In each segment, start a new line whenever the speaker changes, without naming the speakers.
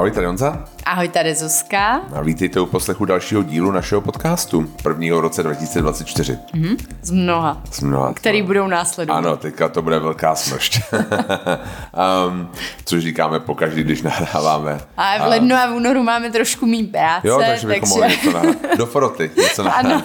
Ahoj, tady Honza.
Ahoj, tady Zuzka.
A vítejte u poslechu dalšího dílu našeho podcastu, prvního v roce 2024.
Z mnoha. Který budou následovat.
Ano, teďka to bude velká smršť. Což říkáme pokaždý, když nahráváme.
A v lednu a v únoru máme trošku méně práce.
Jo, takže bychom mohli něco nahrát. Do foroty něco nahrát.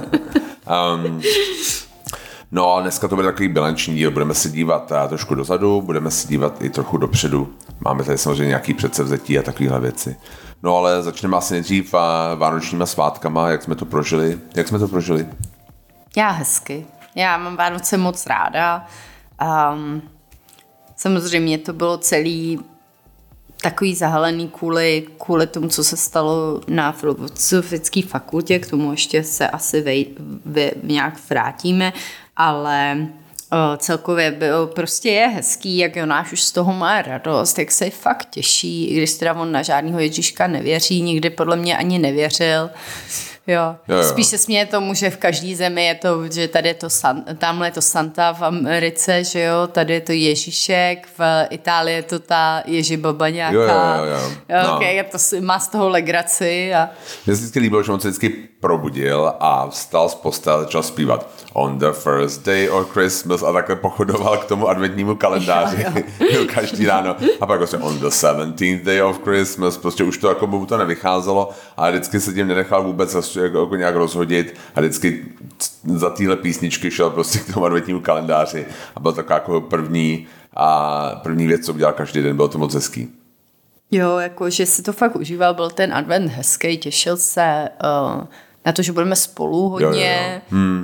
No a dneska to bude takový bilanční díl, budeme se dívat trošku dozadu, budeme se dívat i trochu dopředu. Máme tady samozřejmě nějaký předsevzetí a takovéhle věci. No ale začneme asi nejdřív vánočníma svátkama, jak jsme to prožili. Jak jsme to prožili?
Já hezky. Já mám Vánoce moc ráda. Samozřejmě to bylo celý takový zahalený kvůli tomu, co se stalo na filozofické fakultě, k tomu ještě se asi nějak vrátíme, ale celkově bylo, prostě je hezký, jak Jonáš už z toho má radost, jak se fakt těší, i když teda on na žádného Ježíška nevěří, nikdy podle mě ani nevěřil. Jo. Spíš se směje tomu, že v každé zemi je to, že tady je to tamhle je to Santa v Americe, že jo, tady je to Ježíšek, v Itálii je to ta Ježibaba nějaká.
Jo.
No. Okay, to má z toho legraci.
Mně se vždycky líbilo, že on se vždycky probudil a vstal z postele, začal zpívat On the first day of Christmas a takhle pochodoval k tomu adventnímu kalendáři každý ráno. A pak vlastně on the 17th day of Christmas, prostě už to jako mu to nevycházelo a vždycky se tím nenechal vůbec jako nějak rozhodit a vždycky za téhle písničky šel prostě k tomu adventnímu kalendáři a byl taková jako první věc, co udělal každý den, bylo to moc hezký.
Jo, jako, že si to fakt užíval, byl ten advent hezký, těšil se na to, že budeme spolu hodně.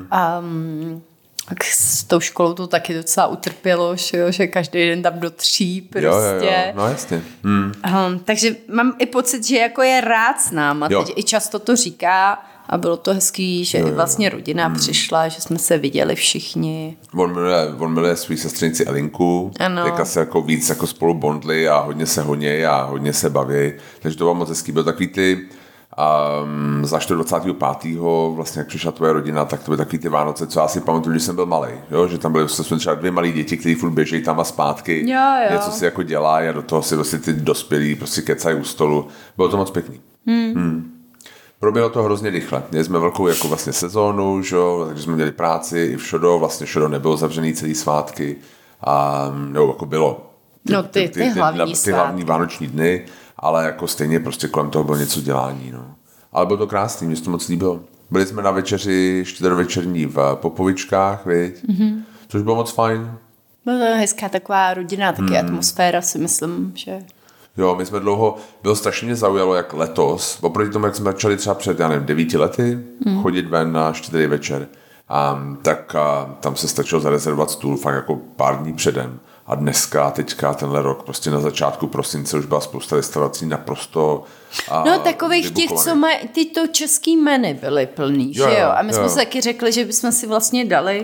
Tak s tou školou to taky docela utrpělo, že každý den tam do 3 prostě.
Jo. No jasně.
Takže mám i pocit, že jako je rád s náma. Teď i často to říká a bylo to hezký, že vlastně rodina přišla, že jsme se viděli všichni.
On miluje svou sestřenici Elinku. Teďka se jako víc jako spolu bondli a hodně se honějí a hodně se baví. Takže to bylo moc hezký. Byl takový ty zvlášť 25. vlastně jak přišla tvoje rodina, tak to byly takový ty Vánoce, co já si pamatuju, když jsem byl malý, jo? Že tam byly třeba 2 malí děti, kteří furt běžejí tam a zpátky, něco si jako dělají a do toho si vlastně ty dospělí prostě kecají u stolu. Bylo to moc pěkný. Proběhlo to hrozně rychle. Měli jsme velkou jako vlastně sezónu, takže jsme měli práci i v Šodo, vlastně Šodo nebylo zavřený celý svátky, nebo jako bylo.
Ty
hlavní vánoční dny, ale jako stejně prostě kolem toho bylo něco dělání, no. Ale bylo to krásný, mě to moc líbilo. Byli jsme na večeři štědrovečerní v Popovičkách, viď? Což bylo moc fajn.
Byla to hezká taková rodina, taky atmosféra si myslím, že...
Jo, my jsme bylo strašně mě zaujalo, jak letos, oproti tomu, jak jsme začali třeba před, 9 lety, chodit ven na štědrý večer, tak tam se stačilo zarezervovat stůl fakt jako pár dní předem. A dneska, teďka, tenhle rok, prostě na začátku prosince už byla spousta restaurací naprosto
takových těch, co mají, tyto český menu byly plný, že jo? A my jsme se taky řekli, že bychom si vlastně dali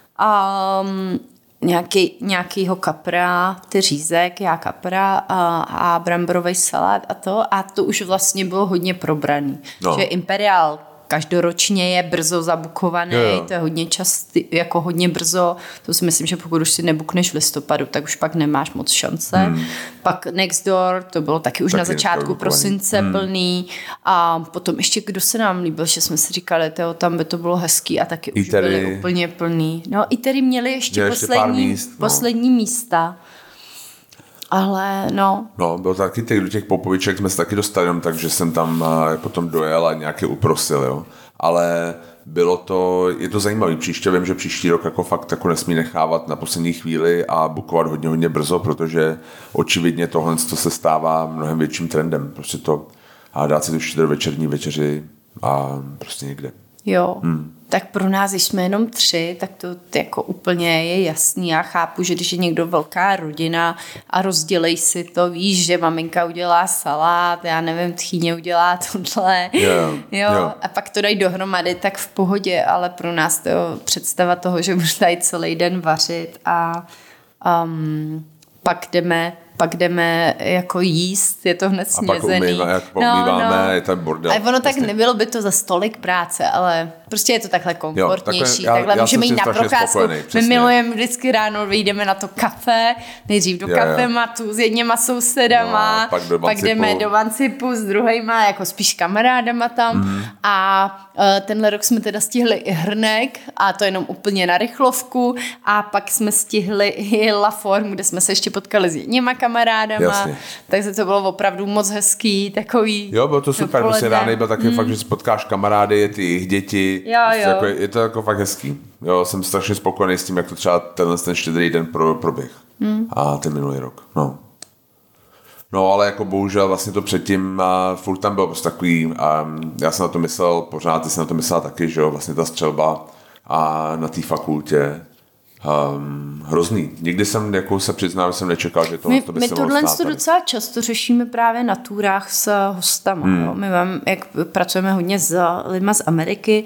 nějakýho kapra, ty řízek, kapra a bramborový salát a to už vlastně bylo hodně probraný. Že Imperial každoročně je brzo zabukovaný, to je hodně jako hodně brzo, to si myslím, že pokud už si nebukneš v listopadu, tak už pak nemáš moc šance. Pak Next Door, to bylo taky už na začátku prosince plný a potom ještě, kdo se nám líbil, že jsme si říkali, tam by to bylo hezký a taky už byly úplně plný. No i tady měli ještě poslední místa. Ale no. No,
bylo taky do těch Popoviček jsme se taky dostali, takže jsem tam potom dojel a nějaké uprosil, jo. Ale je to zajímavé. Příště vím, že příští rok jako fakt jako nesmí nechávat na poslední chvíli a bukovat hodně brzo, protože očividně tohle se stává mnohem větším trendem. Prostě to a dát si tu štědrovečerní večeři a prostě někde.
Jo. Tak pro nás, když jsme jenom 3, tak to jako úplně je jasný. Já chápu, že když je někdo velká rodina a rozdělej si to, víš, že maminka udělá salát, já nevím, tchýně udělá tohle. Jo. A pak to dají dohromady, tak v pohodě, ale pro nás to představa toho, že budu tady celý den vařit a pak pak jdeme jako jíst, je to hned snězený.
A pak umýváme, je tam bordel.
Ale ono tak nebylo by to za stolik práce, ale prostě je to takhle komfortnější. Takhle můžeme jít na procházku. My milujeme vždycky ráno, vyjdeme na to kafe, nejdřív do kafematu s jedněma sousedama, pak jdeme do Vancipu s druhejma, jako spíš kamarádama tam a tenhle rok jsme teda stihli i Hrnek a to jenom úplně na rychlovku a pak jsme stihli i La Forme, kde jsme se ještě potkali s jedněma kamarádama,
Jasně.
takže to bylo opravdu moc hezký, takový.
Jo, bylo to super, prostě rány byl taky fakt, že si potkáš kamarády, ty jejich děti, jako, je to jako fakt hezký. Jo, jsem strašně spokojený s tím, jak to třeba ten štědrý den proběh a ten minulý rok, No, ale jako bohužel vlastně to předtím furt tam bylo prostě takový, já jsem na to myslel, pořád ty jsi na to myslela taky, že jo, vlastně ta střelba a na té fakultě hrozný. Nikdy jsem, jako se přiznám, jsem nečekal, že to by se mohlo stát.
My tohle docela často řešíme právě na túrách s hostama. Jo? My jak pracujeme hodně s lidma z Ameriky,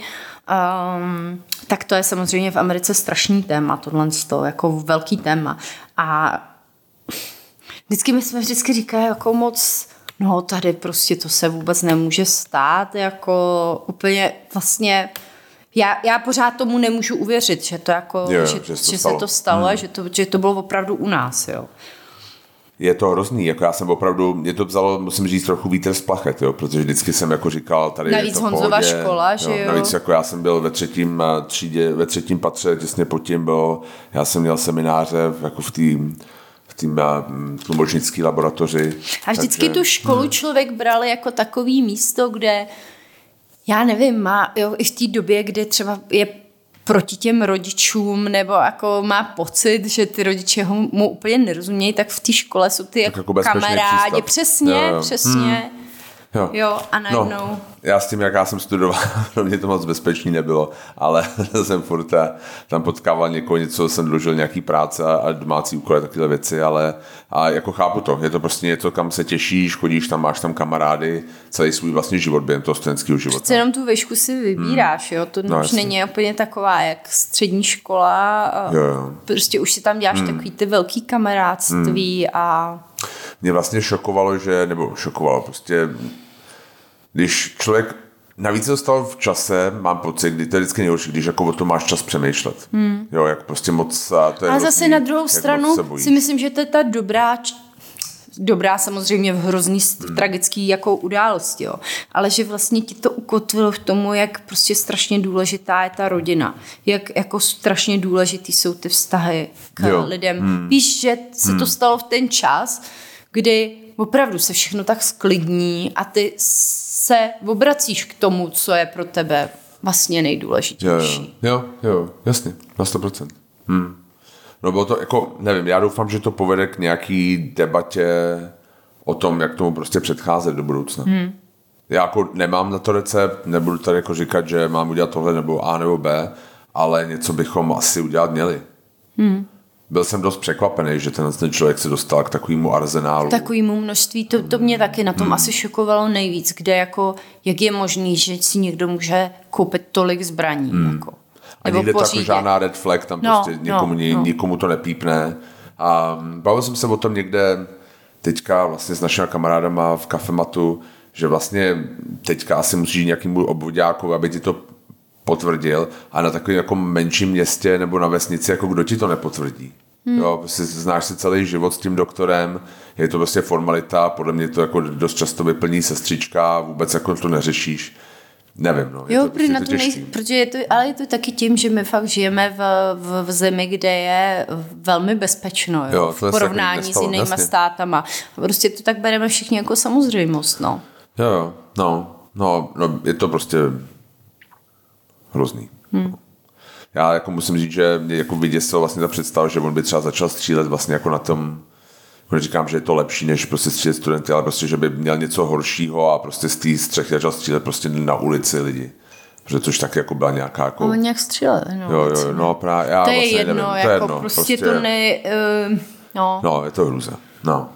tak to je samozřejmě v Americe strašný téma, tohle jako velký téma. A vždycky my jsme říkali jako moc, no tady prostě to se vůbec nemůže stát, jako úplně vlastně, já pořád tomu nemůžu uvěřit, že to jako, že se to stalo, že to bylo opravdu u nás, jo.
Je to hrozný, jako já jsem opravdu, mě to vzalo, musím říct, trochu vítr z plachet, jo, protože vždycky jsem jako říkal, tady
navíc
je to
Honzova škola, že jo.
Navíc jako já jsem byl ve třetím třídě, ve třetím patře, těsně pod tím bylo, já jsem měl semináře jako v tým tlumočnické laboratoři.
A vždycky tu školu člověk bral jako takový místo, kde, já nevím, má i v té době, kdy třeba je proti těm rodičům, nebo jako má pocit, že ty rodiče mu úplně nerozumějí, tak v té škole jsou ty jako kamarádi. Přesně. Jo, a najednou.
No, já s tím, jak já jsem studoval, pro mě to moc bezpečný nebylo, ale jsem furt tam potkával někoho, něco jsem dlužil nějaký práce a domácí úkoly, takové věci, ale a jako chápu to, je to prostě něco, kam se těšíš, chodíš tam, máš tam kamarády, celý svůj vlastní život během toho studentského života.
Přece jenom tu výšku si vybíráš, jo, to už není úplně taková jak střední škola,
jo.
Prostě už si tam děláš takový ty velký kamarádství a...
Mě vlastně šokovalo, prostě když člověk, navíc to stalo v čase, mám pocit, kdy to je vždycky nejhorší, když jako o tom máš čas přemýšlet. Jo, jak prostě moc... To je
ale zase na druhou stranu si myslím, že to je ta dobrá samozřejmě v hrozný tragický jako události, jo. Ale že vlastně ti to ukotvilo v tomu, jak prostě strašně důležitá je ta rodina. Jak jako strašně důležitý jsou ty vztahy k lidem. Víš, že se to stalo v ten čas, kdy opravdu se všechno tak sklidní a ty se obracíš k tomu, co je pro tebe vlastně nejdůležitější.
Jo, jasně, na 100%. No bylo to jako, nevím, já doufám, že to povede k nějaký debatě o tom, jak tomu prostě předcházet do budoucna. Já jako nemám na to recept, nebudu tady jako říkat, že mám udělat tohle nebo A nebo B, ale něco bychom asi udělat měli. Byl jsem dost překvapený, že ten člověk se dostal k takovému arzenálu.
Takovému množství, to mě taky na tom asi šokovalo nejvíc, kde jako, jak je možný, že si někdo může koupit tolik zbraní. Jako,
a nikde to jako žádná red flag, tam prostě nikomu to nepípne. A bavil jsem se o tom někde teďka vlastně s našimi kamarádama v kafematu, že vlastně teďka asi musíš nějakému obvoďákovi, aby ti to potvrdil, a na takovém jako menším městě nebo na vesnici, jako kdo ti to nepotvrdí. Jo, prostě znáš si celý život s tím doktorem, je to prostě formalita, podle mě to jako dost často vyplní sestřička, vůbec jako to neřešíš. Nevím, no.
Jo, protože je to taky tím, že my fakt žijeme v zemi, kde je velmi bezpečno, jo, v porovnání s jinýma státama. Prostě to tak bereme všichni jako samozřejmost, no.
Jo, no, je to prostě hrozný. Já jako musím říct, že mě jako vyděsil vlastně ta představa, že on by třeba začal střílet vlastně jako na tom, neříkám, že je to lepší, než prostě střílet studenty, ale prostě, že by měl něco horšího a prostě z té střechy začal střílet prostě na ulici lidi. Protože tož taky jako byla nějaká jako...
On nějak střílet, no.
Jo, no právě, já
to
vlastně
je jedno,
nevím,
jako
to je jedno.
prostě to ne... no.
No, je to hrůza, no.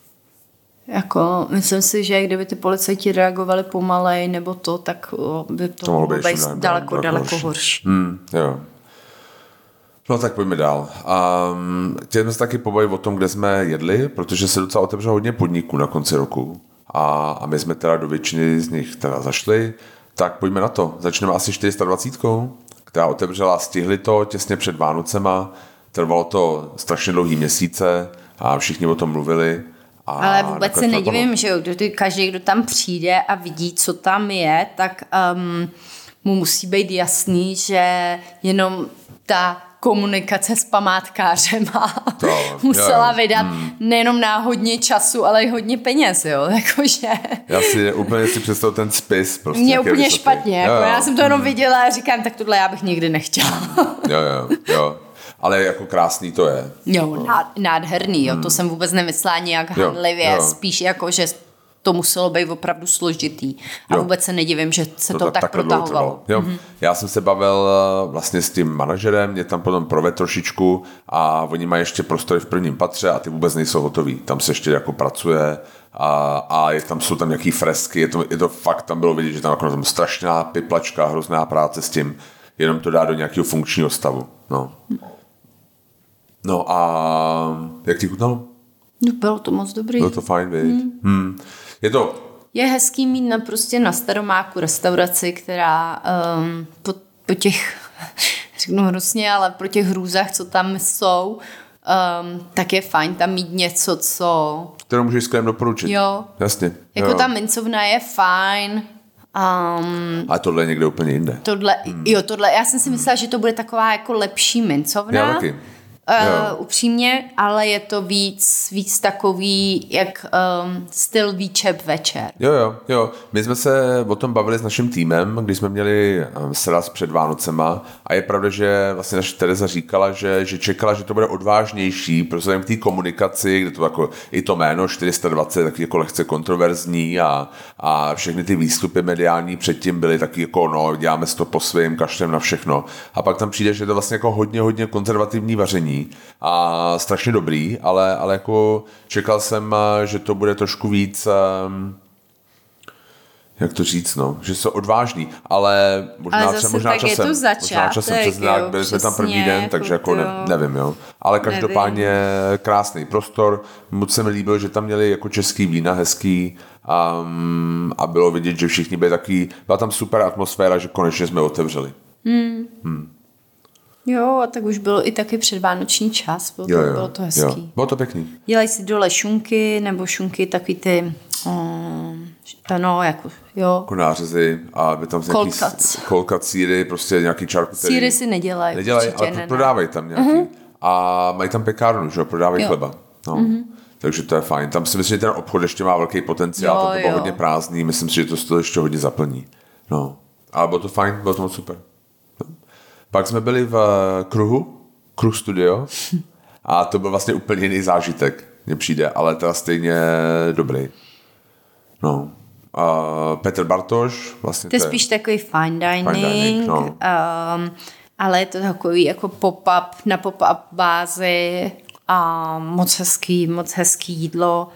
Jako, myslím si, že kdyby ty policajti reagovali pomalej nebo to, tak by to mohlo být daleko horší.
Jo. No tak pojďme dál. Chtěli jsme se taky pobavit o tom, kde jsme jedli, protože se docela otevřelo hodně podniků na konci roku. A my jsme teda do většiny z nich teda zašli. Tak pojďme na to. Začneme asi 420, která otevřela, stihli to těsně před Vánocema. Trvalo to strašně dlouhý měsíce a všichni o tom mluvili.
Ale vůbec se nedivím, že jo, každý, kdo tam přijde a vidí, co tam je, tak mu musí být jasný, že jenom ta komunikace s památkářema musela vydat nejenom na hodně času, ale i hodně peněz, jo, jakože.
Já si úplně představil ten spis. Prostě
mě úplně špatně, jako já jsem to jenom viděla a říkám, tak tohle já bych nikdy nechtěla.
Jo. Ale jako krásný to je.
Jo, nádherný, jo, to jsem vůbec nemyslela nějak handlivě, spíš jako, že to muselo být opravdu složitý. A vůbec se nedivím, že se to tak protahovalo.
Já jsem se bavil vlastně s tím manažerem, mě tam potom proved trošičku a oni mají ještě prostory v prvním patře a ty vůbec nejsou hotový. Tam se ještě jako pracuje a jsou tam nějaký fresky, je to fakt, tam bylo vidět, že tam jako tam strašná piplačka, hrozná práce s tím, jenom to dá do nějakého funkčního stavu. No a jak ti chutnalo?
No, bylo to moc dobrý.
Bylo to fajn, viď?
Je hezký mít na Staromáku restauraci, která po těch, řeknu hnusně, ale po těch hrůzách, co tam jsou, tak je fajn tam mít něco, co...
Kterou můžeš skvělem doporučit.
Jo.
Jasně.
Jako ta mincovna je fajn.
A tohle je někde úplně jinde.
Tohle, já jsem si myslela, že to bude taková jako lepší mincovna.
Já taky.
Upřímně, ale je to víc takový, jak styl výčep večer.
Jo. My jsme se o tom bavili s naším týmem, když jsme měli sraz před Vánocema a je pravda, že vlastně naše Tereza říkala, že čekala, že to bude odvážnější, protože k té komunikaci, kde to jako i to jméno 420 taky jako lehce kontroverzní a všechny ty výstupy mediální předtím byly taky jako děláme si to po svým, kašlem na všechno. A pak tam přijde, že je to vlastně jako hodně konzervativní vaření a strašně dobrý, ale jako čekal jsem, že to bude trošku víc, jak to říct, že jsou odvážný, ale možná časem přesně, byli jsme tam první den, takže jako nevím, ale každopádně krásný prostor, moc se mi líbilo, že tam měli jako český vína hezký a bylo vidět, že všichni byli takový, byla tam super atmosféra, že konečně jsme otevřeli.
Jo, a tak už bylo i taky předvánoční čas, bylo to hezký. Jo.
Bylo to pěkný.
Dělají si dole šunky, nebo šunky takový ty,
jako nářezy a by tam kolkat síry, prostě nějaký čarkuterie.
Síry si nedělají,
ale prodávají tam nějaký. A mají tam pekárnu, že prodávají chleba. Takže to je fajn. Tam si myslím, že ten obchod ještě má velký potenciál, tam to bylo hodně prázdný, myslím si, že to ještě hodně zaplní. Ale bylo to fajn, bylo to moc super. Pak jsme byli v Kruh Studio a to byl vlastně úplně jiný zážitek, mně přijde, ale teda stejně dobrý. Petr Bartoš vlastně.
To je spíš takový fine dining ale je to takový jako pop-up, na pop-up bázi a moc hezký jídlo.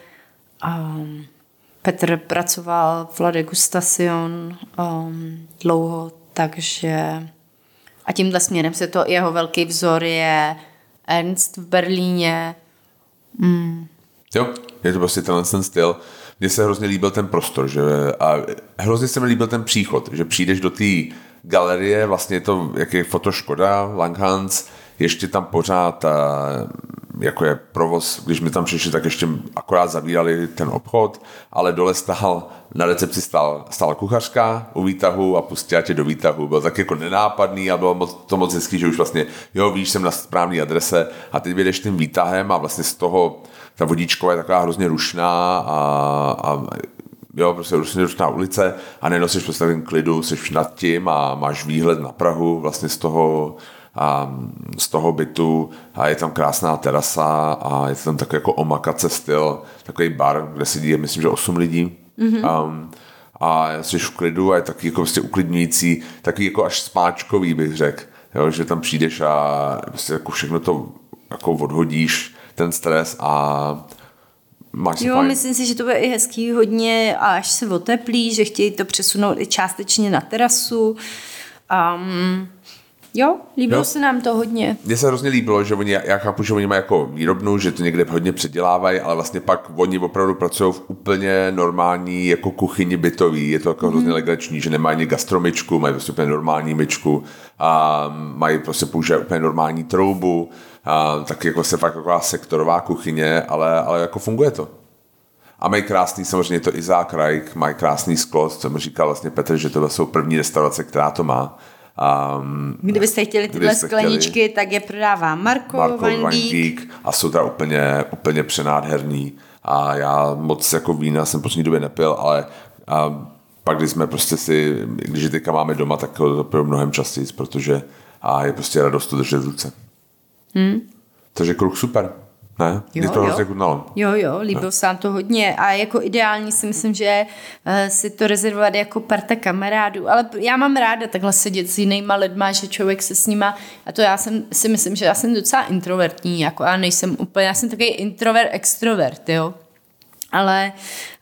Petr pracoval v La Degustation dlouho, takže a tímhle směrem se to, jeho velký vzor je Ernst v Berlíně.
Jo, je to prostě ten styl. Mně se hrozně líbil ten prostor, a hrozně se mi líbil ten příchod, že přijdeš do té galerie, vlastně je to, jak je fotoškoda, Langhans, ještě tam pořád jako je provoz, když my tam přišli, tak ještě akorát zavírali ten obchod, ale dole na recepci stála kuchařka u výtahu a pustila tě do výtahu. Byl tak jako nenápadný a bylo to moc hezký, že už vlastně, víš, jsem na správné adrese a teď vyjdeš tím výtahem a vlastně z toho ta vodičková je taková hrozně rušná a prostě hrozně rušná ulice a nenosíš prostě ten klidu, jsi nad tím a máš výhled na Prahu vlastně z toho bytu a je tam krásná terasa a je tam takový jako omakace styl, takový bar, kde sedí, myslím, že 8 lidí. A jsi v klidu a je taky jako prostě uklidňující, taky jako až spáčkový bych řekl, že tam přijdeš a prostě jako všechno to jako odhodíš, ten stres a máš se fajn.
Myslím si, že to bude i hezký hodně a až se oteplí, že chtějí to přesunout i částečně na terasu. Jo, líbilo se nám to hodně.
Mně se hrozně líbilo, že já chápu, že oni mají jako výrobnu, že to někde hodně předělávají, ale vlastně pak oni opravdu pracují v úplně normální jako kuchyni bytový. Je to jako hrozně legrační, že nemají ani gastromyčku, mají prostě úplně normální myčku a mají prostě používají úplně normální troubu, a tak jako se fakt taková sektorová kuchyně, ale jako funguje to. A mají krásný, samozřejmě to Izák Reich, mají krásný sklo, co mi říkal vlastně Petr, že to jsou první restaurace, která to má.
Kdybyste chtěli tyhle skleničky, tak je prodává Marko Wine Geek.
A jsou teda úplně přenádherný. A já moc jako vína jsem v poslední době nepil, ale pak, když jsme prostě když je teďka máme doma, tak to piju mnohem častěji, protože je prostě radost to držet v ruce. Takže kruh super. Ne? Mě to hrozně chutnalo.
Jo, líbilo se nám to hodně a jako ideální si myslím, že si to rezervovat jako parta kamarádů, ale já mám ráda takhle sedět s jinýma lidma, že člověk se s nima, a to já si myslím, že já jsem docela introvertní, jako já nejsem úplně, já jsem takový extrovert, jo, ale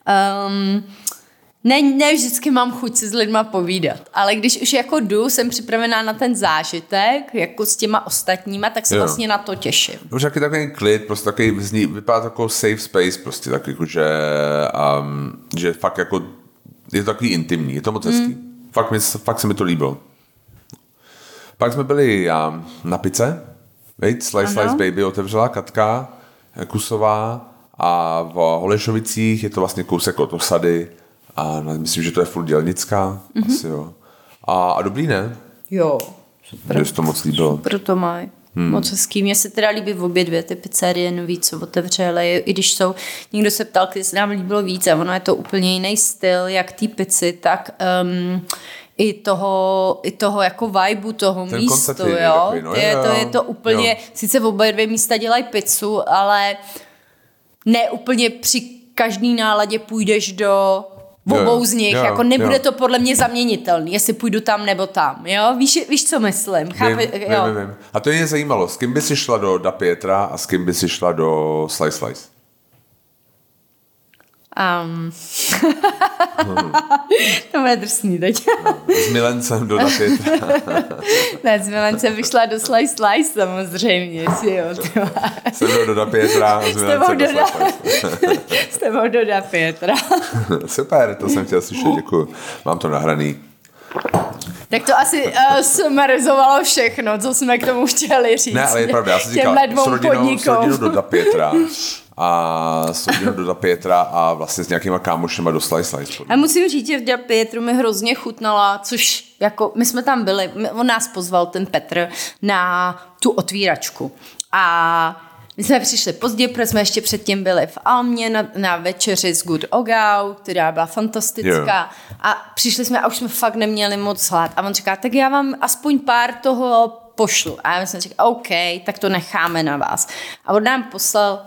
ne vždycky mám chuť se s lidma povídat, ale když už jako jsem připravená na ten zážitek, jako s těma ostatníma, tak se vlastně na to těším.
Už taky takový klid, prostě takový vypadá jako safe space, prostě tak jako, že fakt jako je to takový intimní, je to moc hezký. Fakt se mi to líbilo. Pak jsme byli na pice, Slice Baby otevřela Katka Kusová a v Holešovicích je to vlastně kousek od osady. A myslím, že to je furt dělnická. Asi jo. A dobrý, ne?
Jo, super.
Že se to moc líbilo.
Super to mají. Moc hezký. Mně se teda líbí v obě dvě ty pizzerie nový, co otevřely. I když jsou, někdo se ptal, když se nám líbilo víc, a ono je to úplně jiný styl, jak té pici, tak i toho jako vibu, toho ten místu, jo. Takový, je to úplně, sice v obě dvě místa dělají pizzu, ale ne úplně při každý náladě půjdeš do obou z nich, jako nebude to podle mě zaměnitelný, jestli půjdu tam nebo tam, jo? Víš co myslím?
Vím. A to mě zajímalo, s kým by si šla do Da Pietra a s kým by si šla do Slice?
To bude drsný teď.
S milencem do Da Pietra.
Ne, s milencem bych šla do Slice samozřejmě, jo.
S tebou do Da Pietra a s milencem do Slice.
S tebou do Da Pietra.
Super, to jsem chtěl slyšet, děkuju. Mám to nahraný.
Tak to asi sumarizovalo všechno, co jsme k tomu chtěli říct.
Ne, ale je pravda, já jsem říkal, s rodinou do Da Pietra. A s rodinou do Da Pietra a vlastně s nějakýma kámošema do Slice.
A musím říct, že v Da Pietru mi hrozně chutnala, což jako my jsme tam byli, on nás pozval ten Petr na tu otvíračku. A my jsme přišli pozdě, protože jsme ještě předtím byli v Almě na večeři s Good Ogau, která byla fantastická. A přišli jsme a už jsme fakt neměli moc hlad. A on říká, tak já vám aspoň pár toho pošlu. A já jsem říkal, OK, tak to necháme na vás. A on nám poslal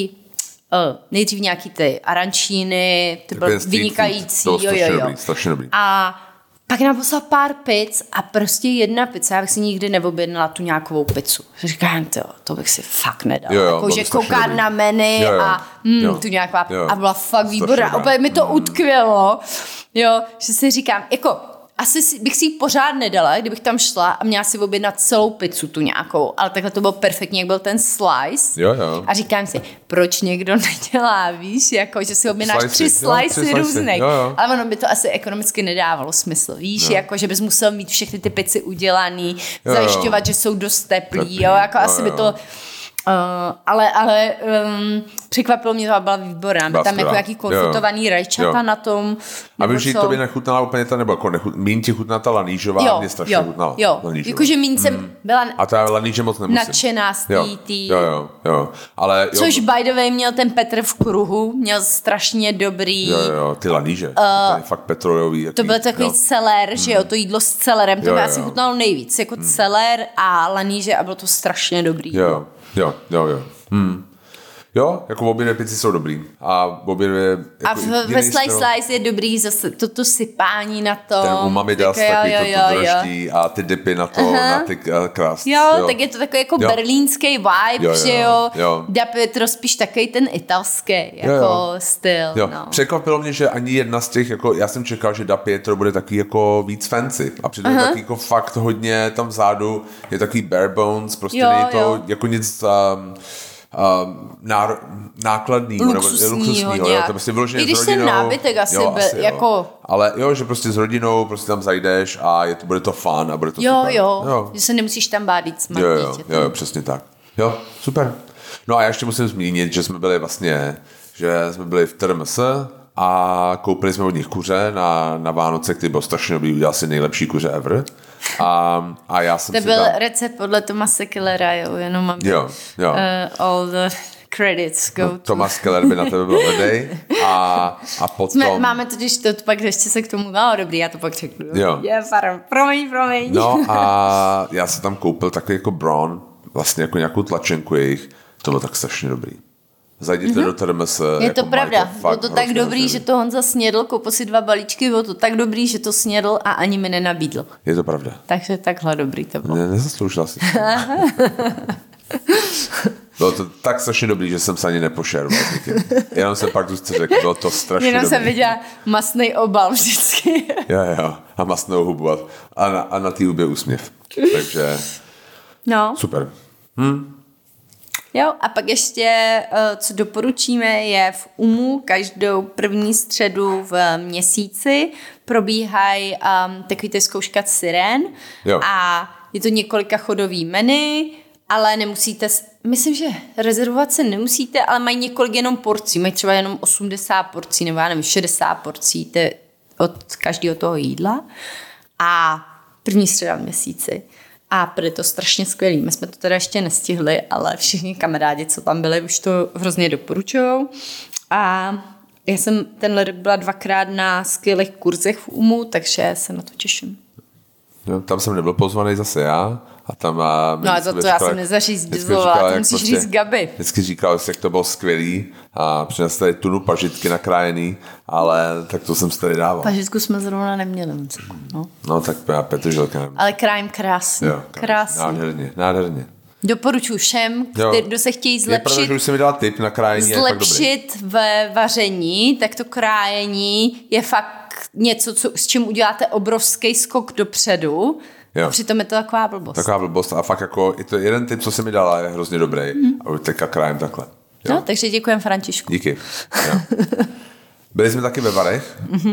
nejdřív nějaký ty arančíny, ty byly vynikající.
To strašně dobrý.
A pak nám poslal pár pic a prostě jedna pizza, já bych si nikdy neobjednala tu nějakou pizzu. Říkám, to bych si fakt nedala. Jako, že koukat na menu a tu nějaká a byla fakt výborná. Opět mi to utkvělo, jo, že si říkám, jako asi bych si ji pořád nedala, kdybych tam šla a měla si objednat celou pizzu tu nějakou, ale takhle to bylo perfektní, jak byl ten slice.
Jo.
A říkám si, proč někdo nedělá, víš, jako, že si objednáš 3 slice různých. Ale ono by to asi ekonomicky nedávalo smysl, víš, jako, že bys musel mít všechny ty pici udělaný, zajišťovat, že jsou dost teplý, jo, jako asi by to... ale překvapilo mě, to byla výborná. Byl tam jako jaký konfitovaný rajčata na tom.
A víš, že to by nechutnala úplně ta, nebo jako míň ti chutná ta lanížová, mě strašně chutnala.
Jo, jakože míň jsem byla
a ta laníže moc nemusím.
nadšená z tý.
Jo. Ale,
což by the way měl ten Petr v kruhu, měl strašně dobrý.
Jo, ty laníže. To je fakt petrojový.
To byl takový celer, že jo, to jídlo s celerem, to mi asi chutnalo nejvíc. Jako celer a laníže a bylo to strašně dobrý.
Jo. Jo, jako obě dvě pici jsou dobrý. A obě dvě... Jako
ve slice je dobrý zase toto sypání na to.
Ten umami dal takový to draždí a ty dipy na to, na ty crust.
Jo, tak je to takový jako berlínský vibe, že jo. Dapetro spíš takový ten italský jako styl.
Jo.
No.
Překvapilo mě, že ani jedna z těch, jako já jsem čekal, že Da Pietro bude takový jako víc fancy. A přitom je takový jako fakt hodně tam vzadu, je takový bare bones, prostě není to jako nic... nákladnýho, luxusního, jo, to prostě vyloženě s rodinou.
I když jsem nábytek asi byl, jako...
Ale jo, že prostě s rodinou prostě tam zajdeš a bude to fun a bude to super.
Jo, že se nemusíš tam bádit s dítětem.
Jo, přesně tak. Jo, super. No a já ještě musím zmínit, že jsme byli v TRMS a koupili jsme od nich kuře na Vánoce, který byl strašně dobrý, udělal si nejlepší kuře ever. A já jsem
to byl recept podle Thomase Kellera, jo, jenom mám all the credits go to.
Thomas Keller by na tebe byl hrdý a potom...
Máme totiž to, pak ještě se k tomu, dobrý, já to pak řeknu.
Jo.
Promiň.
No a já jsem tam koupil takový jako Braun, vlastně jako nějakou tlačenku jejich, to bylo tak strašně dobrý. Zajděte do TRMS.
Je jako to pravda, bylo to tak dobrý, že to Honza snědl, koupil si 2 balíčky, bylo to tak dobrý, že to snědl a ani mi nenabídl.
Je to pravda.
Takže takhle dobrý to bylo.
Nezasloužila si. Bylo to tak strašně dobrý, že jsem se ani nepošeroval. Jenom jsem pak tu řekl, bylo to strašně
jenom
dobrý.
Jenom jsem viděla masný obal vždycky.
Jo. A masnou hubu a na té hubě úsměv. Takže super.
Jo, a pak ještě, co doporučíme, je v UMu každou první středu v měsíci probíhají takový ty zkouška sirén a je to několika chodový menu, ale nemusíte, myslím, že rezervovat se nemusíte, ale mají několik jenom porcí, mají třeba jenom 80 porcí, nebo já nevím, 60 porcí od každého toho jídla a první středa v měsíci. A bude to strašně skvělý. My jsme to teda ještě nestihli, ale všichni kamarádi, co tam byli, už to hrozně doporučujou. A já jsem tenhle rok byla 2krát na skvělých kurzech v UMu, takže se na to těším.
No, tam jsem nebyl pozvaný zase já. A tam
no a za to já jsem nezařízla, to musíš říct Gabi.
Vždycky říkal, jak to bylo skvělý a přinesl tady tunu pažitky nakrájený, ale tak to jsem si tady dával.
Pažitku jsme zrovna neměli.
No tak já petrželka neměl.
Ale krájem krásný.
Jo, krásný. Nádherně.
Doporučuji všem, kdo se chtějí zlepšit.
Je pravda, že už jsem mi dala tip na krájení.
Zlepšit ve vaření, tak to krájení je fakt něco, s čím uděláte obrovský skok dopředu. Jo. A přitom je to taková blbost.
A fakt jako, je to jeden tip, co se mi dala, je hrozně dobrý. A teďka krájem takhle. Jo.
No, takže děkujem Františku.
Díky. Byli jsme taky ve Varech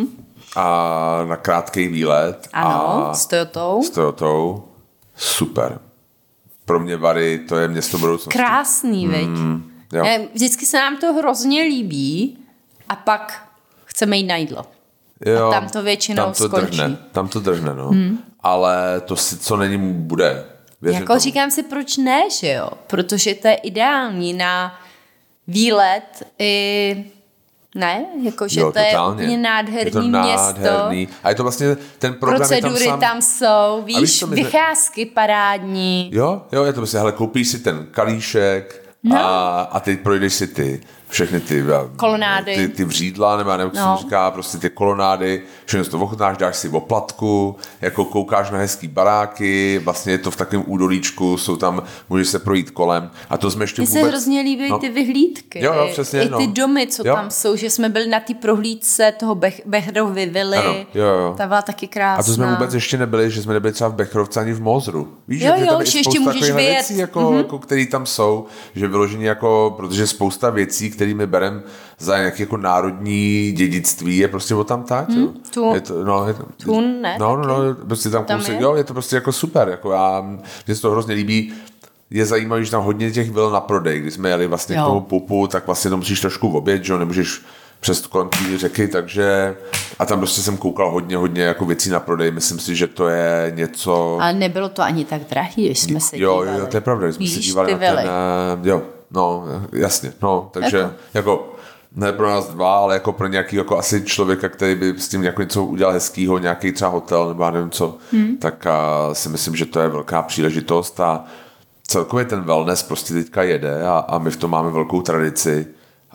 a na krátký výlet.
Ano, s
Toyotou. Super. Pro mě Vary, to je město budoucnosti.
Krásný, veď. Vždycky se nám to hrozně líbí a pak chceme jít na jídlo.
Jo,
a tam to většinou skončí.
Tam to držne, no. Ale to si, co není, bude. Věřím
jako
tomu.
říkám si, proč ne, že jo? Protože to je ideální na výlet i... Ne? Jakože to je úplně nádherný město.
A je to vlastně, ten program
procedury
je
tam jsou, víš, vycházky parádní.
Jo, je to prostě, hele, koupíš si ten kalíšek a teď projdeš si všechny ty
kolonády.
Ty vřídla, nebo jak se říká, prostě ty kolonády, všechno si to ochutnáš, dáš si oplatku, jako koukáš na hezký baráky, vlastně je to v takovém údolíčku, jsou tam, můžeš se projít kolem a to jsme ještě
vůbec... Mně se hrozně líbí ty vyhlídky.
Jo, přesně.
I ty domy, co tam jsou, že jsme byli na té prohlídce toho Behrovy vily.
Ano, jo.
Ta byla taky krásná.
A to jsme vůbec ještě nebyli, že jsme nebyli třeba v Bechrovce ani v Mozru. Víš,
jo,
že tam je
že
spousta
ještě můžeš vyjet.
Věcí, jako, které tam jsou, že vyloženě jako, protože spousta věcí, které my bereme za nějaké jako národní dědictví, je prostě o tam tak.
Tun, ne?
No, prostě tam kousek, je to prostě jako super. Jako mně se to hrozně líbí. Je zajímavé, že tam hodně těch byl na prodej. Když jsme jeli vlastně k tomu pupu, tak vlastně to musíš trošku obět, že jo, nemůžeš přes kolem té řeky, takže a tam prostě jsem koukal hodně jako věcí na prodej. Myslím si, že to je něco...
A nebylo to ani tak drahý, když jsme se dívali.
Jo, to je pravda, jsme se dívali na ten... jasně, takže jako ne pro nás dva, ale jako pro nějaký jako asi člověka, který by s tím jako něco udělal hezkýho, nějaký třeba hotel nebo já nevím co, tak si myslím, že to je velká příležitost a celkově ten wellness prostě teďka jede a my v tom máme velkou tradici.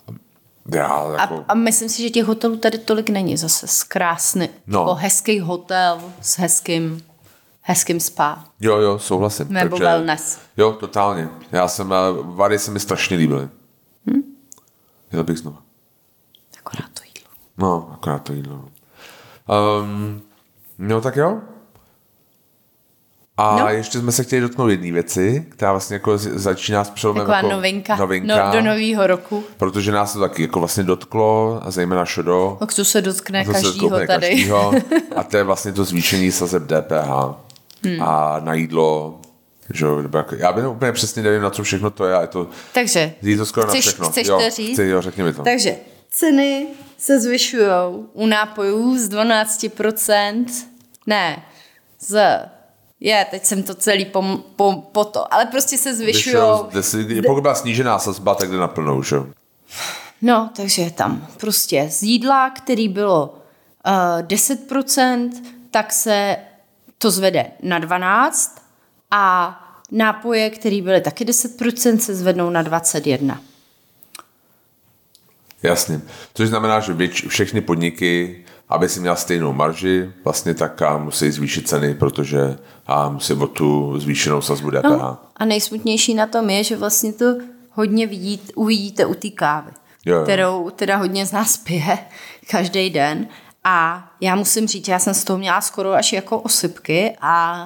A myslím si, že těch hotelů tady tolik není zase krásný. Jako hezký hotel s hezkým spa.
Jo, souhlasím.
Nebo wellness.
Jo, totálně. Vary se mi strašně líbily. Jel bych znova.
Akorát to jídlo.
No, akorát to jídlo. No tak jo. A ještě jsme se chtěli dotknout jedné věci, která vlastně jako začíná s přelomem.
Taková jako novinka. Do nového roku.
Protože nás to taky jako vlastně dotklo, a zejména Šodo.
A to se dotkne každýho tady.
A to je vlastně to zvýšení sazeb DPH. A na jídlo. Že, já bych úplně přesně nevím, na co všechno to je.
Takže,
je to skoro na všechno.
Chceš to říct?
Řekni mi to.
Takže, ceny se zvyšujou u nápojů z 12%. Ne, teď jsem to celý po to, ale prostě se zvyšujou.
Pokud byla snížená sazba, tak jde naplnou, že?
No, takže je tam prostě z jídla, který bylo 10%, tak se to zvede na 12% a nápoje, které byly taky 10%, se zvednou na 21%.
Jasně. Což znamená, že všechny podniky, aby si měla stejnou marži, vlastně tak musí zvýšit ceny, protože musí o tu zvýšenou sazbu DPH. No,
a nejsmutnější na tom je, že vlastně to hodně uvidíte u té kávy, kterou teda hodně z nás pije každý den. A já musím říct, já jsem z toho měla skoro až jako osypky a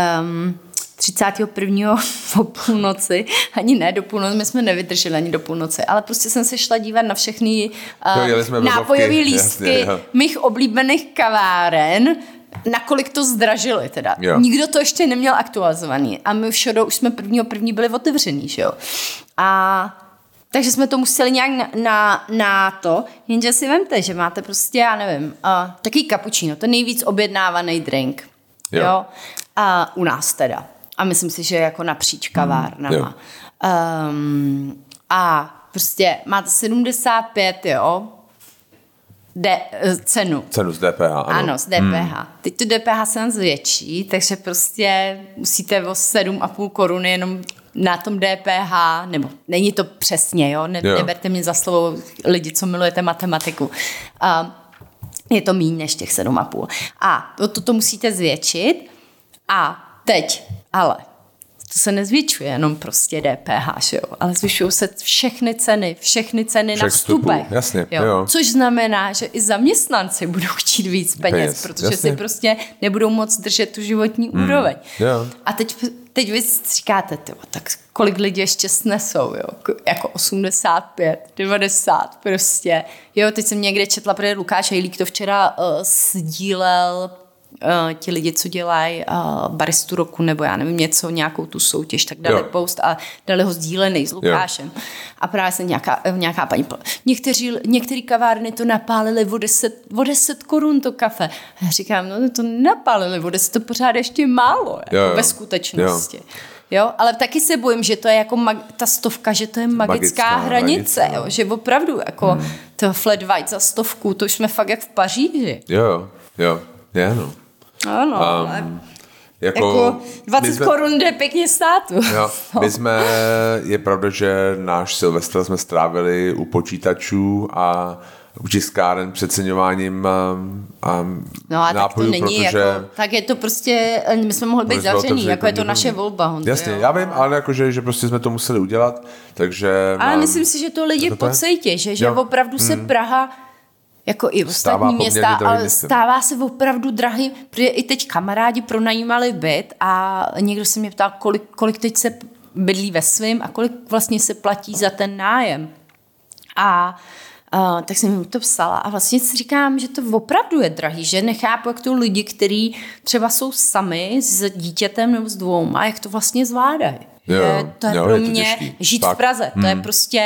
31. po půlnoci, ani ne do půlnoci, my jsme nevydrželi ani do půlnoci, ale prostě jsem se šla dívat na všechny nápojové lístky mých oblíbených kaváren, nakolik to zdražili teda. Jo. Nikdo to ještě neměl aktualizovaný a my v Šodou už jsme první byli otevřený, že jo. Takže jsme to museli nějak na to, jenže si vemte, že máte prostě, já nevím, taký cappuccino, to je nejvíc objednávaný drink. Jo. U nás teda. A myslím si, že jako napříč kavárnama. A prostě máte 75, cenu.
Cenu z DPH, ano.
Ano, z DPH. Teď tu DPH se nám zvětší, takže prostě musíte o 7,5 koruny jenom na tom DPH, nebo není to přesně, neberte mě za slovo lidi, co milujete matematiku. Je to míň než těch 7,5. A toto musíte zvětšit a teď, ale to se nezvětšuje jenom prostě DPH, že jo? Ale zvyšují se všechny ceny na vstupech.
Jasně, jo.
Což znamená, že i zaměstnanci budou chtít víc peněz, protože si prostě nebudou moc držet tu životní úroveň.
Jo.
A teď vy říkáte, tak kolik lidí ještě snesou, jo? Jako 85, 90 prostě. Jo, teď jsem někde četla, protože Lukáš Hejlík to včera sdílel, ti lidi, co dělají baristu roku, nebo já nevím, nějakou tu soutěž, tak dali post a dali ho sdílený s Lukášem. A právě se nějaká paní některé kavárny to napálili o 10 korun to kafe. A já říkám, to napálili o 10, to pořád ještě málo, jako ve skutečnosti. Jo, ale taky se bojím, že to je jako ta 100, že to je magická hranice, jo, že opravdu jako to flat white za 100, to už jsme fakt jak v Paříži.
Jo, no.
Ano, ale jako 20 korun jde pěkně státu.
Jo, je pravda, že náš Silvestr jsme strávili u počítačů a u tiskáren přeceňováním nápojů,
protože... Jako, tak je to prostě, my jsme mohli být zavřený, jako je to naše volba. Honzo,
jasně, já vím, ale jakože, že prostě jsme to museli udělat, takže...
Ale myslím si, že to lidi pocítí, že opravdu se Praha jako i ostatní města, ale stává se opravdu drahý, protože i teď kamarádi pronajímali byt a někdo se mě ptal, kolik teď se bydlí ve svým a kolik vlastně se platí za ten nájem. Tak jsem jim to psala a vlastně si říkám, že to opravdu je drahý, že nechápu, jak to lidi, kteří třeba jsou sami s dítětem nebo s dvouma, jak to vlastně zvládají. To je pro mě žít v Praze, to je prostě...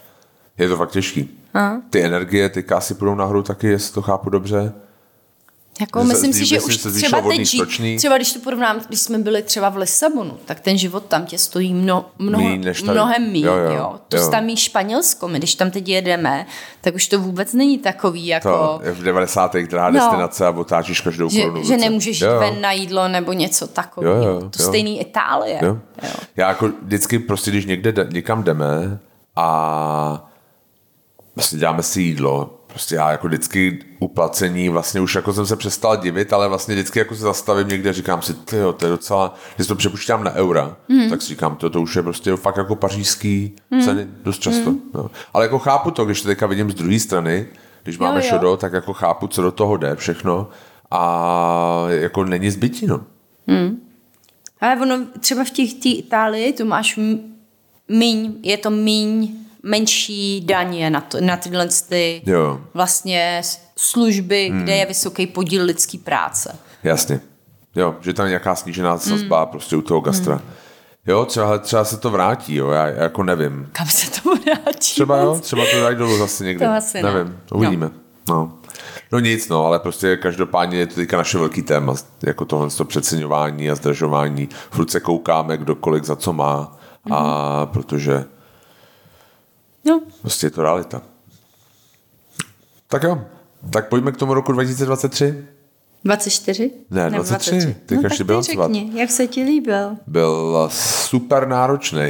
Je to fakt těžký. Ty energie teďka asi půjdou nahoru taky, jestli to chápu dobře.
Jako myslím si, že už třeba teď, třeba když to porovnám, když jsme byli třeba v Lisabonu, tak ten život tam tě stojí mnohem míň. Jo. To tam jí Španělsko, my když tam teď jedeme, tak už to vůbec není takový jako...
To je v 90. drahá destinace a otáčíš každou korunu.
Že nemůžeš jít ven na jídlo nebo něco takového. To stejný Itálie. Jo.
Já jako vždycky prostě, když někam jdeme a vlastně děláme si jídlo, prostě já jako vždycky uplacení, vlastně už jako jsem se přestal divit, ale vlastně vždycky jako se zastavím někde a říkám si, tyjo, to je docela, když to přepuštám na eura, tak si říkám, to už je prostě fakt jako pařížský ceny dost často. No. Ale jako chápu to, když to teďka vidím z druhé strany, když máme šodo, tak jako chápu, co do toho jde všechno a jako není zbytí, no.
Ale ono třeba v té Itálii tu máš je to menší daně na tyhle vlastně služby, kde je vysoký podíl lidský práce.
Jasně. Jo, že tam je nějaká snížená sazba prostě u toho gastra. Jo, třeba se to vrátí, jo, já jako nevím.
Kam se to vrátí?
Třeba to dají dolů zase někdy.
To asi
nevím, uvidíme. No nic, ale prostě každopádně je to teďka naše velký téma, jako tohle přeceňování a zdražování. Furt se koukáme, kdo kolik za co má a protože prostě je to realita. Tak jo, tak pojďme k tomu roku 2023.
24?
Ne, 23. Ty
tak ty řekni, jak se ti líbil?
Byl super náročný.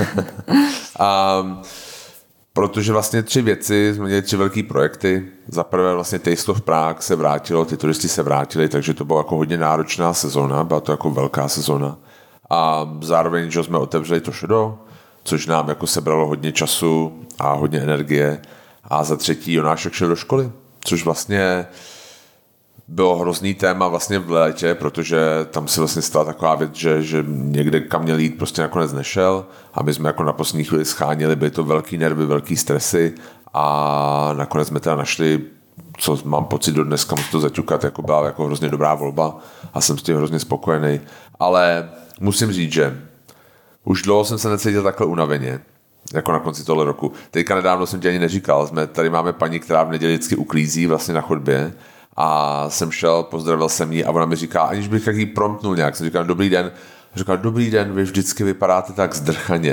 Protože vlastně 3 věci, jsme měli 3 velký projekty. Za prvé vlastně Taste of Prague se vrátilo, ty turisti se vrátili, takže to byla jako hodně náročná sezóna, byla to jako velká sezóna. A zároveň, že jsme otevřeli to šodo, což nám jako sebralo hodně času a hodně energie. A za 3. Jonášek šel do školy, což vlastně bylo hrozný téma vlastně v létě, protože tam se vlastně stala taková věc, že někde kam měl jít prostě nakonec nešel a my jsme jako na poslední chvíli scháněli, byly to velký nervy, velký stresy a nakonec jsme teda našli, co mám pocit do dneska, musím to zaťukat, jako byla jako hrozně dobrá volba a jsem s tím hrozně spokojený. Ale musím říct, že už dlouho jsem se necítil takhle unaveně, jako na konci tohle roku. Teďka nedávno jsem ti ani neříkal, tady máme paní, která v neděli vždycky uklízí vlastně na chodbě a jsem šel, pozdravil jsem jí a ona mi říká, aniž bych jí promptnul nějak, jsem říkal dobrý den, říkal dobrý den, vy vždycky vypadáte tak zdrchaně.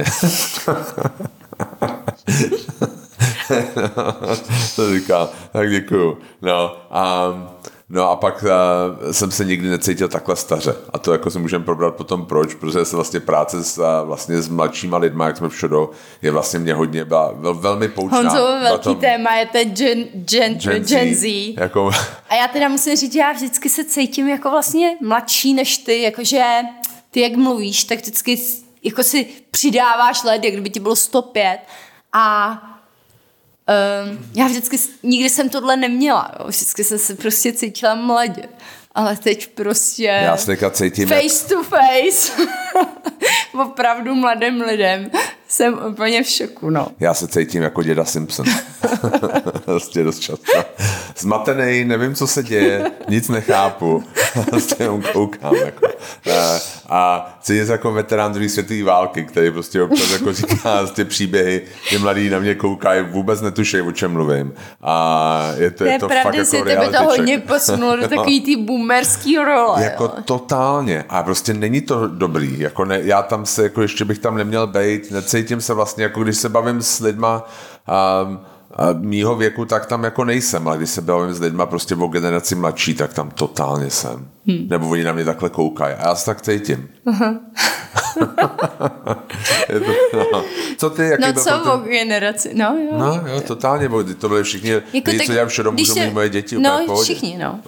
To říkal, tak děkuju. No a pak jsem se nikdy necítil takhle staře. A to jako se můžeme probrat potom proč, protože se vlastně práce s mladšíma lidma, jak jsme všude, je vlastně mě hodně byla velmi poučná.
Honzovo velký téma je to Gen Z.
Jako...
A já teda musím říct, že já vždycky se cítím jako vlastně mladší než ty, jakože ty jak mluvíš, tak vždycky jako si přidáváš let, jak kdyby ti bylo 105 a já vždycky, nikdy jsem tohle neměla, jo. Vždycky jsem se prostě cítila mladě, ale teď prostě
já se teďka cítím
face to face opravdu mladým lidem jsem úplně v šoku, no.
Já se cítím jako děda Simpson. Vlastně dost často. Zmatenej, nevím, co se děje, nic nechápu. Vlastně jenom koukám. Jako. A cítím se jako veterán druhé světové války, který prostě občas jako říká ty příběhy, ty mladí na mě koukají, vůbec netušejí, o čem mluvím. A je to fakt jako reality check.
To hodně posunulo do takový ty boomerský role.
Jako jo. Totálně. A prostě není to dobrý. Jako já tam se, jako ještě bych tam neměl bejt, necítím se vlastně, jako když se bavím s lidma mýho věku, tak tam jako nejsem, ale když se bavím s lidma prostě o generaci mladší, tak tam totálně jsem. Nebo oni na mě takhle koukají a já se tak cítím. Co ty? Jaký
no co o generaci? No
jo, totálně, bo to byli všichni
jako
lidi, co já všude můžu mít moje děti úplně v pohodě.
Všichni, no.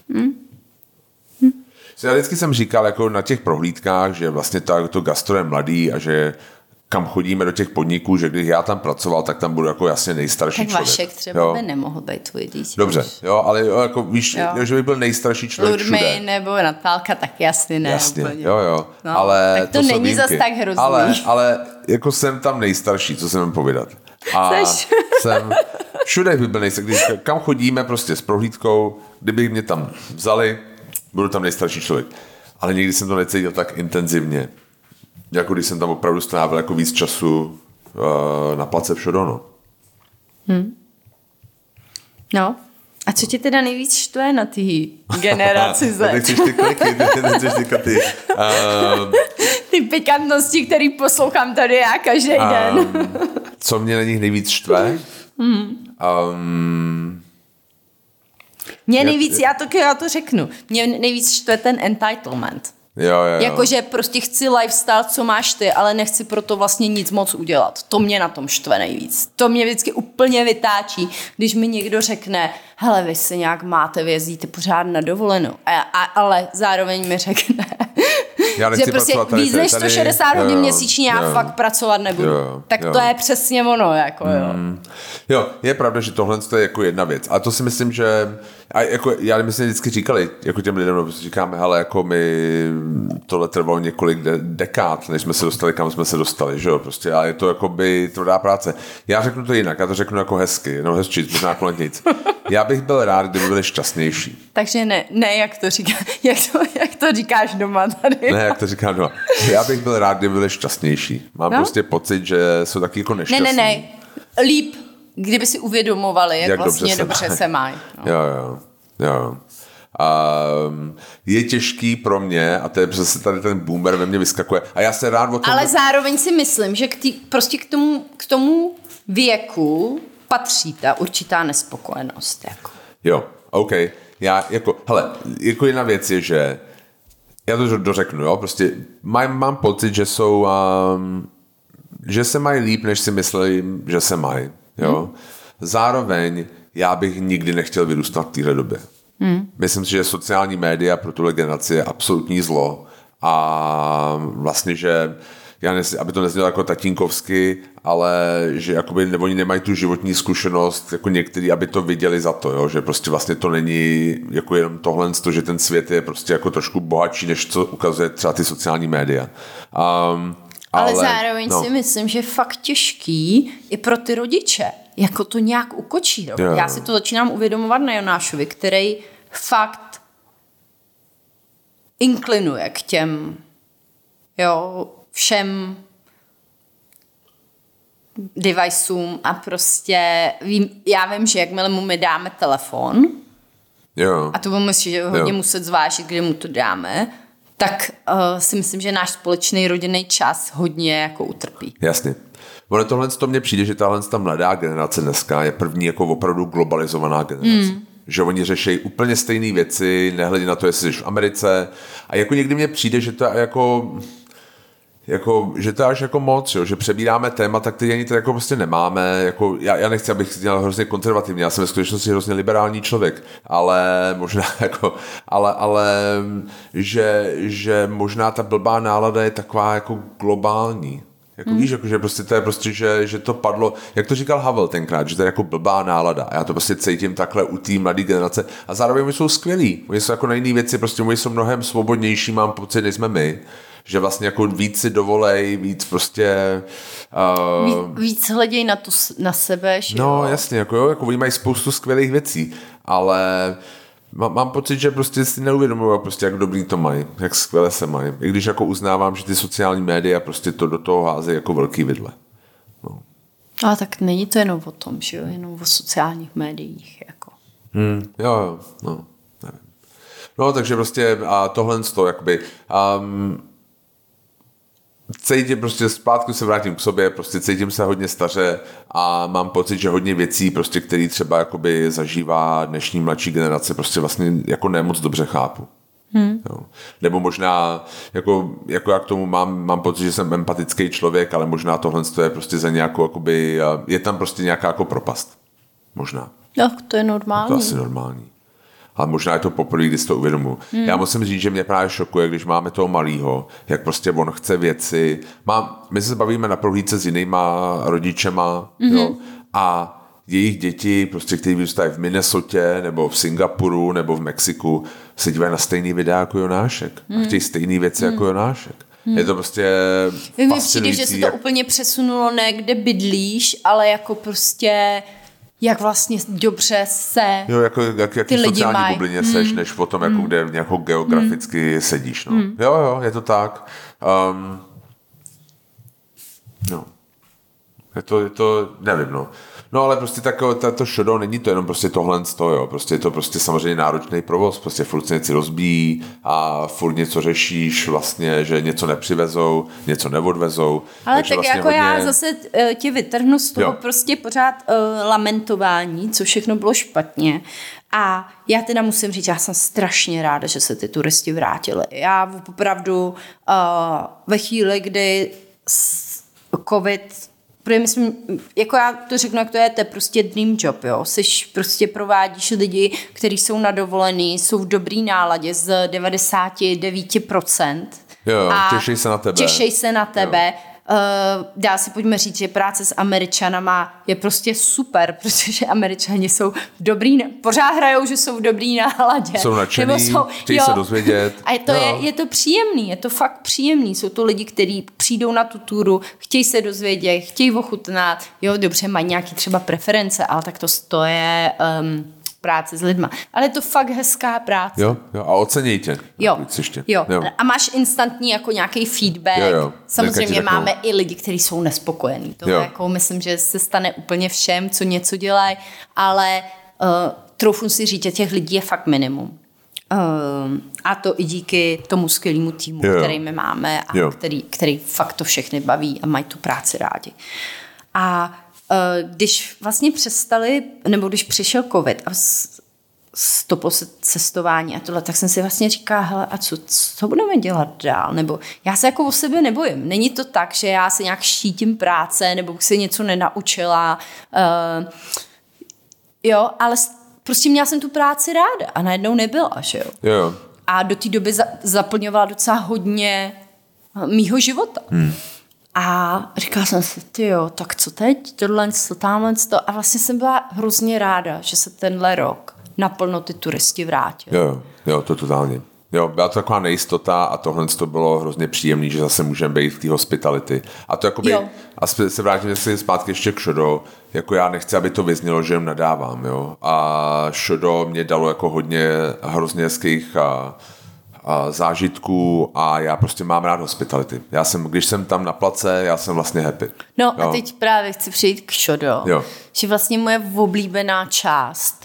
Já vždycky jsem říkal jako na těch prohlídkách, že vlastně to gastro je mladý a že kam chodíme do těch podniků, že když já tam pracoval, tak tam budu jako jasně nejstarší člověk.
Tak Vašek třeba by nemohl být tvůj dítě.
Dobře, jo, ale jako víš, že by byl nejstarší člověk
Ludmila
všude.
Nebo Natálka, tak jasně ne.
Jasně,
úplně.
jo.
No,
ale
tak to není zas tak hrozný.
Ale jako jsem tam nejstarší, co jsem jim povědat. A jsem všude by byl nejstarší. Když kam chodíme prostě s prohlídkou, kdyby mě tam vzali, budu tam nejstarší člověk. Ale nikdy jsem to necítil tak intenzivně. Jako když jsem tam opravdu strávil jako víc času na place všude, no.
No, A co tě teda nejvíc štve na té generaci Z?
Nechceš ty kliky, ty
ty pikantnosti, který poslouchám tady já každý den.
Co mě na nich nejvíc štve?
Mě nejvíc, já to řeknu, mě nejvíc štve ten entitlement.
Jo.
Jakože prostě chci lifestyle, co máš ty, ale nechci pro to vlastně nic moc udělat. To mě na tom štve nejvíc. To mě vždycky úplně vytáčí, když mi někdo řekne, hele, vy se nějak máte, vy jezdíte pořád na dovolenou. Ale zároveň mi řekne, že prostě víc než 160 hodin měsíčně já fakt pracovat nebudu. Tak to je přesně ono. Jako,
jo, je pravda, že tohle je jako jedna věc. A to si myslím, že já myslím, vždycky říkali, jako těm lidem, říkáme, hele, jako my tohle trvalo několik dekád, než jsme se dostali, kam jsme se dostali, že jo, prostě, a je to jakoby tvrdá práce. Já řeknu to jinak, já to řeknu jako hezky, jenom hezčí, možná jako nic. Já bych byl rád, kdyby byli šťastnější.
Takže ne, jak to říkáš doma tady.
Ne, jak to říkám doma. Já bych byl rád, kdyby byli šťastnější. Mám prostě pocit, že jsou taky jako nešťastní.
Ne. Líp, kdyby si uvědomovali, jak vlastně dobře se mají. No.
Jo. Je těžký pro mě, a to je přesně tady ten boomer ve mně vyskakuje, a já se rád o tom...
Ale zároveň si myslím, že k tomu věku patří ta určitá nespokojenost. Jako.
Jo, OK. Já jako, hele, jako jedna věc je, že já to dořeknu, jo, prostě mám pocit, že jsou, že se mají líp, než si myslím, že se mají, jo. Zároveň já bych nikdy nechtěl vyrůstat v téhle době. Myslím si, že sociální média pro tuhle generaci je absolutní zlo a vlastně, že já nechci, aby to neznělo jako tatínkovsky, ale že jakoby oni nemají tu životní zkušenost jako některý, aby to viděli za to, jo? Že prostě vlastně to není jako jenom tohle, že ten svět je prostě jako trošku bohatší, než co ukazuje třeba ty sociální média.
Ale zároveň si myslím, že je fakt těžký i pro ty rodiče, jako to nějak ukočírovat. Já si to začínám uvědomovat na Jonášovi, který fakt inklinuje k těm všem deviceům a prostě já vím, že jakmile mu my dáme telefon a to budu hodně muset zvážit, kde mu to dáme, tak si myslím, že náš společný rodinný čas hodně jako utrpí.
Jasně. Ono tohle to mně přijde, že tahle ta mladá generace dneska je první jako opravdu globalizovaná generace. Že oni řeší úplně stejné věci, nehledě na to, jestli jsi v Americe. A jako někdy mně přijde, že to že to až jako moc, jo, že přebíráme témata, které ani tady jako prostě nemáme. Jako, já nechci, abych dělal hrozně konzervativní, já jsem ve skutečnosti hrozně liberální člověk, ale možná jako, že možná ta blbá nálada je taková jako globální. Jako víš, jako, že prostě to je prostě, že to padlo, jak to říkal Havel tenkrát, že to je jako blbá nálada a já to prostě cítím takhle u té mladé generace a zároveň oni jsou skvělí, oni jsou jako na jiné věci, prostě oni jsou mnohem svobodnější, mám pocit, než jsme my, že vlastně jako víc si dovolej, víc prostě...
Víc hleděj na sebe, že
no jasně, jako oni mají spoustu skvělých věcí, ale... Mám pocit, že prostě si neuvědomují, prostě jak dobrý to mají, jak skvěle se mají. I když jako uznávám, že ty sociální média prostě to do toho házejí jako velký vidle. No.
Ale tak není to jenom o tom, že jo, jenom o sociálních médiích, jako.
Jo, no, nevím. No, takže prostě a tohle z toho, jakoby... cítím prostě zpátky se vrátím k sobě, prostě cítím se hodně staře a mám pocit, že hodně věcí, prostě, které třeba jakoby zažívá dnešní mladší generace, prostě vlastně jako nemoc dobře chápu. Jo. Nebo možná, jako já k tomu mám pocit, že jsem empatický člověk, ale možná tohle je prostě za nějakou, jakoby, je tam prostě nějaká jako propast. Možná.
Jo, to je normální.
To asi normální. Ale možná je to poprvé, kdy si to uvědomuji. Já musím říct, že mě právě šokuje, když máme toho malýho, jak prostě on chce věci. My se bavíme na prohlídce s jinýma rodičema, jo, a jejich děti, prostě, kteří vyrůstají v Minnesotě, nebo v Singapuru, nebo v Mexiku, se dívají na stejný videa jako Jonášek. A chtějí stejný věci jako Jonášek. Je to prostě
fascinující. Mně přijde, že se to úplně přesunulo ne kde bydlíš, ale jako prostě... jak vlastně dobře se
jo, jako ty lidi sociální mají. Bublině seš, než potom, jako kde nějakou geograficky sedíš. No. Jo, je to tak. No. Je to, nevím, no. No ale prostě to šodo není to jenom prostě tohle jo. Prostě je to prostě samozřejmě náročný provoz, prostě furt se něco rozbíjí a furt něco řešíš vlastně, že něco nepřivezou, něco neodvezou.
Ale tak vlastně jako hodně... já zase tě vytrhnu z toho prostě pořád lamentování, co všechno bylo špatně. A já teda musím říct, já jsem strašně ráda, že se ty turisti vrátili. Já opravdu ve chvíli, kdy covid, protože myslím, jako já to řeknu, jak to je prostě dream job, jo. Prostě provádíš lidi, kteří jsou na dovolený, jsou v dobrý náladě z 99%.
Jo, těšej se na tebe.
Dá se pojďme říct, že práce s Američanama je prostě super, protože Američani jsou pořád hrajou, že jsou v dobrý náladě.
Jsou nadšený, chtějí se dozvědět.
A je to příjemný, je to fakt příjemný. Jsou to lidi, kteří přijdou na tu túru, chtějí se dozvědět, chtějí ochutnat. Jo, dobře, mají nějaký třeba preference, ale tak to je... práce s lidma. Ale je to fakt hezká práce.
Jo, a oceněj tě.
Jo. A máš instantní jako nějaký feedback.
Jo.
Samozřejmě máme i lidi, kteří jsou nespokojení. To jako myslím, že se stane úplně všem, co něco dělají, ale troufnu si říct, že těch lidí je fakt minimum. A to i díky tomu skvělému týmu, který my máme a který fakt to všechny baví a mají tu práci rádi. A když vlastně přestali, nebo když přišel covid a stoplo se cestování a tohle, tak jsem si vlastně říkala, hele, a co budeme dělat dál? Nebo já se jako o sebe nebojím. Není to tak, že já se nějak štítím práce, nebo bych se něco nenaučila. Ale prostě měla jsem tu práci ráda a najednou nebyla, že jo? A do té doby zaplňovala docela hodně mýho života. A říkala jsem si, tak co teď? Tamhle to. A vlastně jsem byla hrozně ráda, že se tenhle rok naplno ty turisti vrátili.
Jo, to totálně. Jo, byla to taková nejistota a tohle to bylo hrozně příjemný, že zase můžeme být v té hospitality. A to jakoby, a se vrátím si zpátky ještě k šodo, jako já nechci, aby to vyznělo, že jim nadávám, jo. A šodo mě dalo jako hodně hrozně hezkých zážitků a já prostě mám rád hospitality. Když jsem tam na place, já jsem vlastně happy.
No a teď právě chci přijít k šodo, že vlastně moje oblíbená část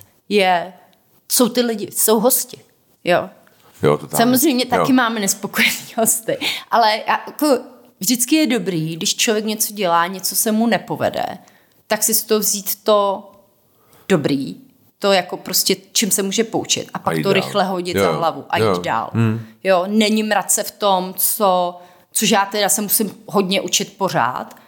jsou ty lidi, jsou hosti, jo. Samozřejmě taky máme nespokojený hosty, ale jako vždycky je dobrý, když člověk něco dělá, něco se mu nepovede, tak si z toho vzít to dobrý, to jako prostě, čím se může poučit a pak to rychle hodit za hlavu a jít dál. Jo, není mrat se v tom, což já teda se musím hodně učit pořád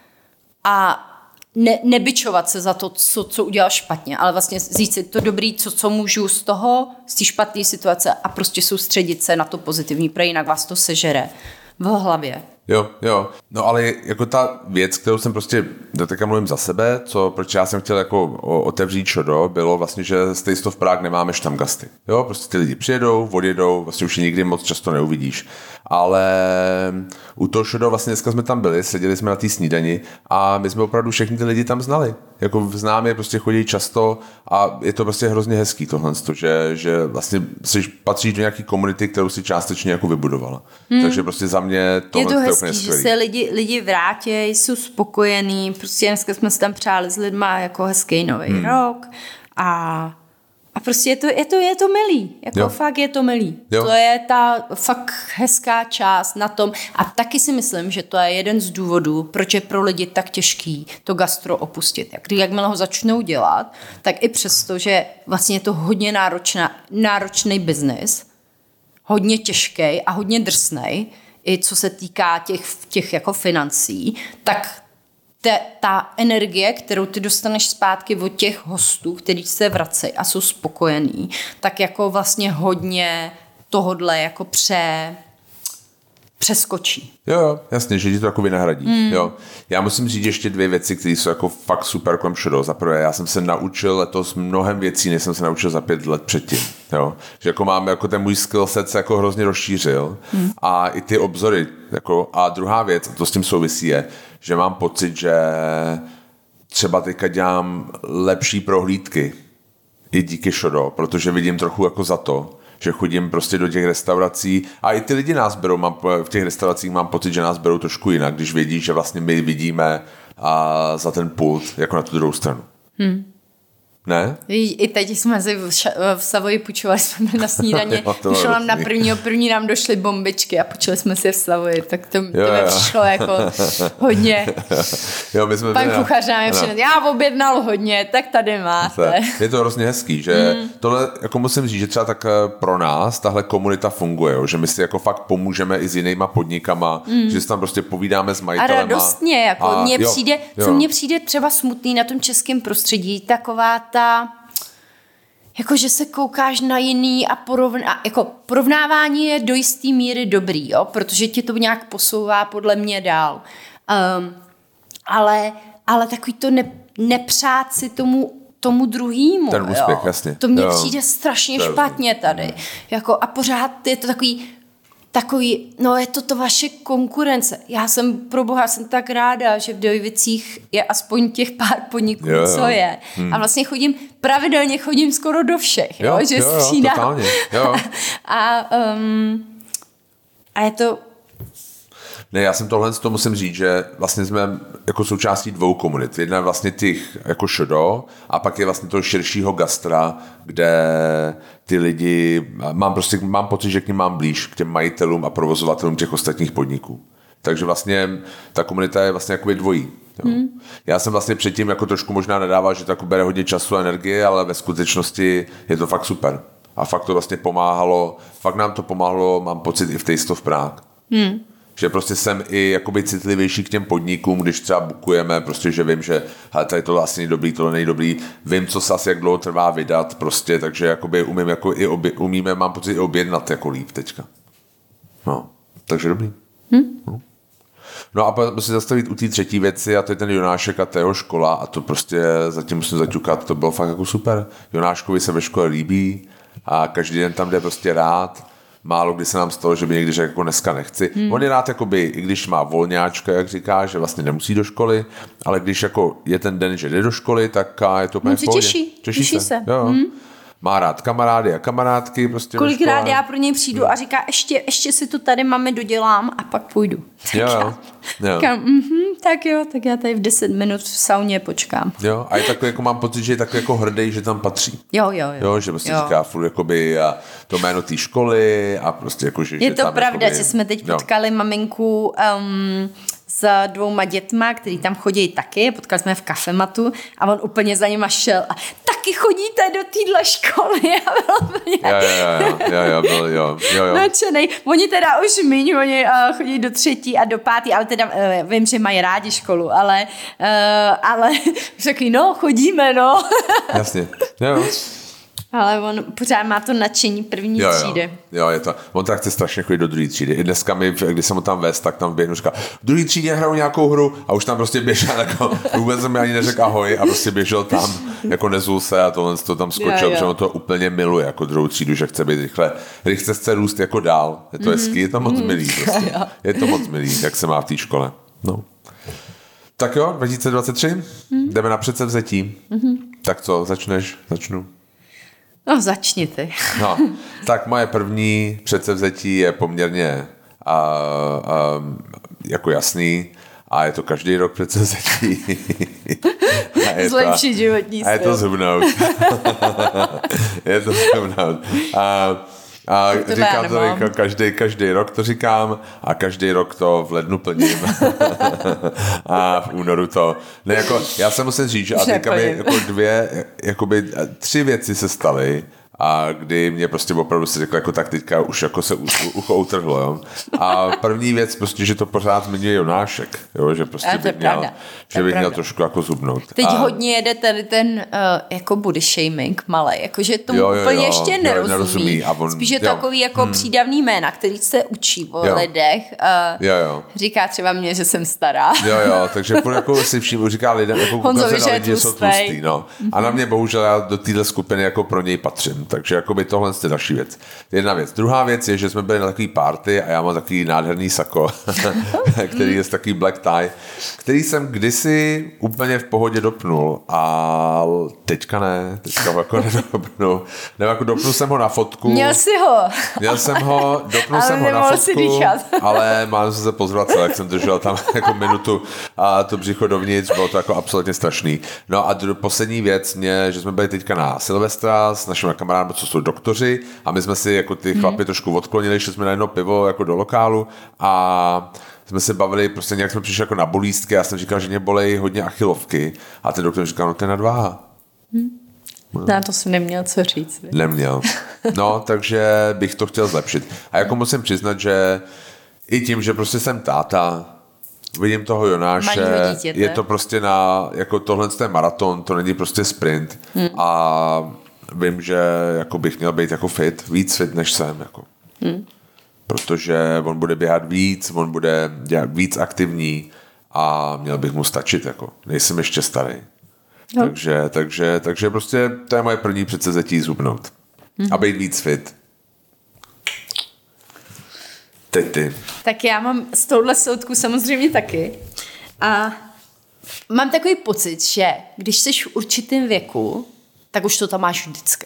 a nebičovat se za to, co udělal špatně, ale vlastně říct si to dobrý, co můžu z té špatné situace a prostě soustředit se na to pozitivní, protože jinak vás to sežere v hlavě.
Jo. No ale jako ta věc, kterou jsem prostě, teďka mluvím za sebe, proč já jsem chtěl jako otevřít šodo, bylo vlastně, že z Taste of Prague nemáme štamgasty. Jo, prostě ty lidi přijedou, odjedou, vlastně už je nikdy moc často neuvidíš. Ale u toho šodo vlastně dneska jsme tam byli, seděli jsme na té snídani a my jsme opravdu všechny ty lidi tam znali. Jako znám je, prostě chodí často a je to prostě hrozně hezký tohle, že vlastně patříš do nějaký komunity, kterou si částečně jako vybudovala. Takže prostě za mě tohle je úplně skvělý.
Že se lidi vrátí, jsou spokojení, prostě dneska jsme se tam přáli s lidma jako hezký nový rok a prostě je to milý, jako fakt je to milý. To je ta fakt hezká část na tom a taky si myslím, že to je jeden z důvodů, proč je pro lidi tak těžký to gastro opustit. Jakmile ho začnou dělat, tak i přesto, že vlastně je to hodně náročný biznis, hodně těžký a hodně drsnej, i co se týká těch jako financí, tak ta energie, kterou ty dostaneš zpátky od těch hostů, kteří se vracejí a jsou spokojení, tak jako vlastně hodně tohodle jako přeskočí.
Jo, jasně, že ti to jako vynahradí. Jo. Já musím říct ještě 2 věci, které jsou jako fakt super kolem šodo. Za prvé, já jsem se naučil letos mnohem věcí, než jsem se naučil za 5 let předtím. Jo. Že jako mám, jako ten můj skillset se jako hrozně rozšířil a i ty obzory. Jako, a druhá věc, a to s tím souvisí je, že mám pocit, že třeba teďka dělám lepší prohlídky i díky šodo, protože vidím trochu jako za to, že chodím prostě do těch restaurací a i ty lidi nás berou, v těch restauracích mám pocit, že nás berou trošku jinak, když vědí, že vlastně my vidíme za ten pult jako na tu druhou stranu. Ne?
I teď jsme si v Savoji půjčovali, jsme byli na snídaně, ušlo nám na první nám došly bombičky a půjčili jsme si v Savoji, tak to mi přišlo jako hodně.
Jo, my jsme
pan kuchař nám je přinesl, já objednal hodně, tak tady máte.
Je to hrozně hezký, že tohle, jako musím říct, že třeba tak pro nás tahle komunita funguje, jo, že my si jako fakt pomůžeme i s jinýma podnikama, že si tam prostě povídáme s majitelema.
A radostně, jako co mně přijde třeba smutný na tom českém prostředí, taková jako, že se koukáš na jiný a porovnávání je do jistý míry dobrý, jo? Protože ti to nějak posouvá podle mě dál. Ale takový to nepřát si tomu druhýmu.
Ten úspěch, jasně.
To mně přijde strašně špatně tady. Jako, a pořád je to takový, no je to vaše konkurence. Já jsem tak ráda, že v Dojvicích je aspoň těch pár podniků, co je. A vlastně pravidelně chodím skoro do všech, že střídám.
Totálně. Jo.
A je to...
Ne, já jsem tohle to musím říct, že vlastně jsme jako součástí dvou komunit. Jedna je vlastně těch jako šodo a pak je vlastně toho širšího gastra, kde ty lidi, mám pocit, že k nim mám blíž, k těm majitelům a provozovatelům těch ostatních podniků. Takže vlastně ta komunita je vlastně jakoby dvojí. Já jsem vlastně předtím jako trošku možná nadával, že to jako bere hodně času a energie, ale ve skutečnosti je to fakt super. A fakt to vlastně fakt nám to pomáhalo, mám pocit, i v Taste of Prague. Že prostě jsem i jakoby citlivější k těm podnikům, když třeba bookujeme, prostě, že vím, že hele, tady tohle asi není dobrý, tohle není dobrý, vím, co se asi jak dlouho trvá vydat, prostě, takže jakoby umím jako umíme, mám pocit, i objednat jako líp teďka. No, takže dobrý. No a musím zastavit u té třetí věci a to je ten Jonášek a tého škola a to prostě zatím musím zaťukat, to bylo fakt jako super. Jonáškovi se ve škole líbí a každý den tam jde prostě rád. Málo kdy se nám stalo, že by někdy řekl, jako dneska nechci. On je rád, jakoby, i když má volňáčka, jak říká, že vlastně nemusí do školy, ale když jako je ten den, že jde do školy, tak je to úplně v pohodě. Těší se. Jo. Má rád kamarády a kamarádky. Prostě
kolikrát já pro něj přijdu a říká, ještě si to tady mami dodělám a pak půjdu. Tak já tady v 10 minut v sauně počkám.
Jo, a je takový, jako mám pocit, že je takový jako hrdý, že tam patří.
Jo,
že prostě říká furt jakoby a to jméno té školy a prostě jako, že
je to
tam
pravda,
jakoby,
že jsme teď potkali maminku s 2 dětma, který tam chodí taky, potkali jsme v kafematu a on úplně za nima šel a taky chodíte do téhle školy a byl
jo.
nadšenej. Oni teda už míň, oni chodí do 3. a do 5. ale teda vím, že mají rádi školu, ale řekli, chodíme,
Jasně, jo.
Ale on pořád má to nadšení první třídy.
Jo, je to. On tak chce strašně chodit do druhé třídy. I dneska když jsem ho tam vez, tak tam běhnu, říká, v druhé třídě hraju nějakou hru a už tam prostě běžel, jako, vůbec jsem mi ani neřekl ahoj a prostě běžel tam, jako nezul se a tohle to tam skočil, protože on to úplně miluje, jako druhou třídu, že chce být rychle chce růst jako dál. Je to hezký, je to moc milý. Prostě. Je to moc milý, jak se má v té škole. No. Tak jo, 2023, jdeme na předsevzetí. Tak co, začnu?
No, začni ty.
No, tak moje první předsevzetí je poměrně jako jasný a je to každý rok předsevzetí.
Zlepšit životní styl.
A je to zhubnout. A říkám to každý rok to říkám a každý rok to v lednu plním. A v únoru to. Ne, jako, já se musím říct, že a teďka mi jako 3 věci se staly a kdy mě prostě opravdu se řekl, jako tak teďka už jako se ucho utrhlo, jo. A první věc prostě, že to pořád zmiňuje Jonášek, jo, že prostě bych měl trošku jako zhubnout.
Teď hodně jede tady ten jako body shaming malej, jakože tomu úplně ještě nerozumí. Spíš je takový jako přídavný jména, který se učí o lidech. Říká třeba mě, že jsem stará.
Takže jako si všim říká lidem, jako ukazuje na lidi, že jsou tlustý, no. A na mě bohužel já do téhle skupiny jako pro něj patřím. Takže jakoby tohle je další věc. Jedna věc. Druhá věc je, že jsme byli na takový party a já mám takový nádherný sako, který je takový black tie, který jsem kdysi úplně v pohodě dopnul a teďka ne, teďka ho jako nedopnul. Nebo jako dopnul jsem ho na fotku.
Měl jsi ho.
Měl jsem ho, dopnul jsem ho na fotku, ale mám se pozvat, jak jsem držel tam jako minutu a to břicho dovnitř, bylo to jako absolutně strašný. No a poslední věc mě, že jsme byli teďka na Silvestra s našimi kamarádem, co jsou doktoři a my jsme si jako ty chlapi trošku odklonili, šli jsme na jedno pivo jako do lokálu a jsme se bavili, prostě nějak jsme přišli jako na bolístky, já jsem říkal, že mě bolej hodně achilovky a ten doktor říkal, no to je nadváha.
No, to jsem neměl co říct.
Neměl. No, takže bych to chtěl zlepšit. A jako musím přiznat, že i tím, že prostě jsem táta, vidím toho Jonáše, je to prostě jako tohle je maraton, to není prostě sprint a vím, že jako bych měl být jako víc fit, než jsem. Jako. Protože on bude běhat víc, on bude dělat víc aktivní a měl bych mu stačit. Jako. Nejsem ještě starý. No. Takže prostě to je moje první předsevzetí zhubnout. A být víc fit. Ty.
Tak já mám z touhle soudku samozřejmě taky. A mám takový pocit, že když jsi v určitém věku, tak už to tam máš vždycky.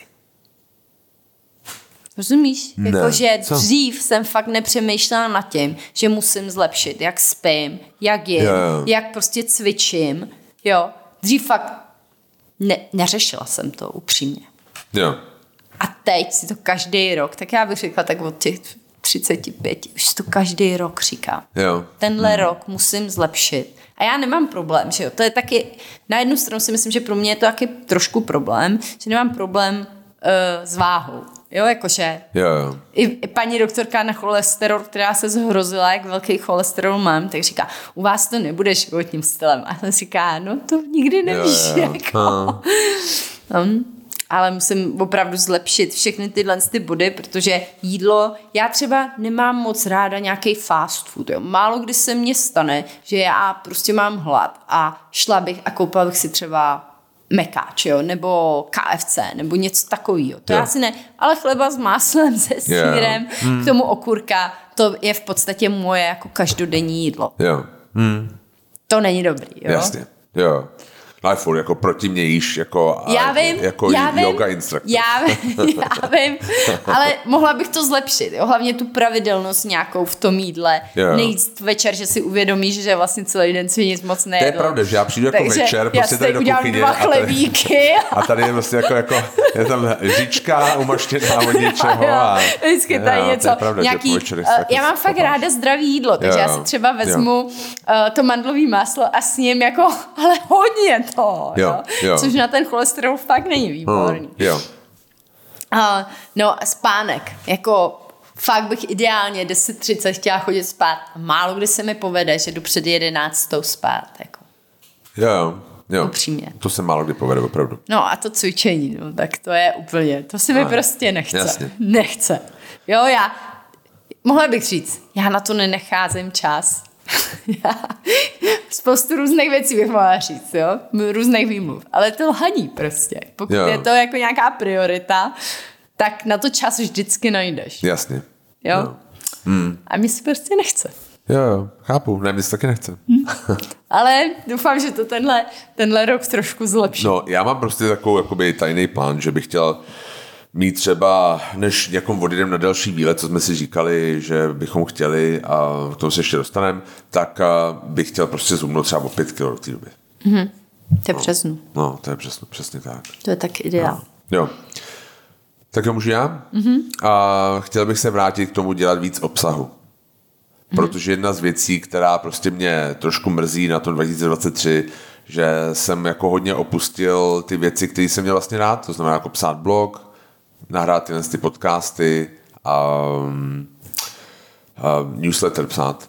Rozumíš? Jakože dřív jsem fakt nepřemýšlela nad tím, že musím zlepšit, jak spím, jak jim, jak prostě cvičím. Jo. Dřív fakt neřešila jsem to upřímně.
Jo.
A teď si to každý rok, tak já bych řekla tak od těch 35, už to každý rok říkám.
Jo.
Tenhle rok musím zlepšit. A já nemám problém, že jo. To je taky, na jednu stranu si myslím, že pro mě je to taky trošku problém, že nemám problém s váhou. Jo, jakože i paní doktorka na cholesterol, která se zhrozila, jak velký cholesterol mám, tak říká, u vás to nebude životním stylem. A jsem říká, no to nikdy nevíš. Jako. Ale musím opravdu zlepšit všechny tyhle ty body, protože jídlo, já třeba nemám moc ráda nějaký fast food. Jo. Málo kdy se mně stane, že já prostě mám hlad a šla bych a koupila bych si třeba mekáč, jo, nebo KFC, nebo něco takového. To já si ne, ale chleba s máslem, se sýrem, k tomu okurka, to je v podstatě moje jako každodenní jídlo. To není dobrý, jo.
Jasně, jo. No furt, jako proti mě jíš jako yoga instruktor.
Já vím, ale mohla bych to zlepšit. Jo? Hlavně tu pravidelnost nějakou v tom jídle. Nejíst večer, že si uvědomíš, že vlastně celý den si nic moc nejedl.
To je pravda, že já přijdu jako večer, prostě tady do kuchyně.
2 chlebíky.
A tady je vlastně jako je tam říčka umaštěná od něčeho. A
vždycky tady něco.
Pravda,
nějaký, já mám fakt ráda zdravý jídlo, takže já si třeba vezmu to mandlový máslo a s ním jako, ale hodně to, což na ten cholesterol fakt není výborný. No a spánek, jako fakt bych ideálně 10:30 chtěla chodit spát a málo kdy se mi povede, že jdu před 11 spát. Jako.
Jo.
Upřímně.
To se málo kdy povede, opravdu.
No a to cvičení, no, tak to je úplně, to si mi prostě nechce.
Jasně.
Nechce. Jo, mohla bych říct, já na to nenecházím čas. Spoustu různých věcí bych mohla říct, jo? Různých výmluv. Ale to lhaní prostě. Pokud je to jako nějaká priorita, tak na to čas vždycky najdeš.
Jasně.
Jo? A mi se prostě nechce.
Jo, chápu. Ne, mi se taky nechce.
Ale doufám, že to tenhle rok trošku zlepší.
No, já mám prostě takovou jakoby tajný plán, že bych chtěl mít třeba, než jako odjedem na další výlet, co jsme si říkali, že bychom chtěli a k tomu se ještě dostaneme, tak bych chtěl prostě zhubnout třeba o 5 kg do té doby.
To je březnu.
No, to je přesně tak.
To je tak ideál.
No. Jo. Tak jo, můžu já? A chtěl bych se vrátit k tomu dělat víc obsahu. Protože jedna z věcí, která prostě mě trošku mrzí na tom 2023, že jsem jako hodně opustil ty věci, které jsem měl vlastně rád, to znamená jako psát blog, nahrát ty podcasty a newsletter psát.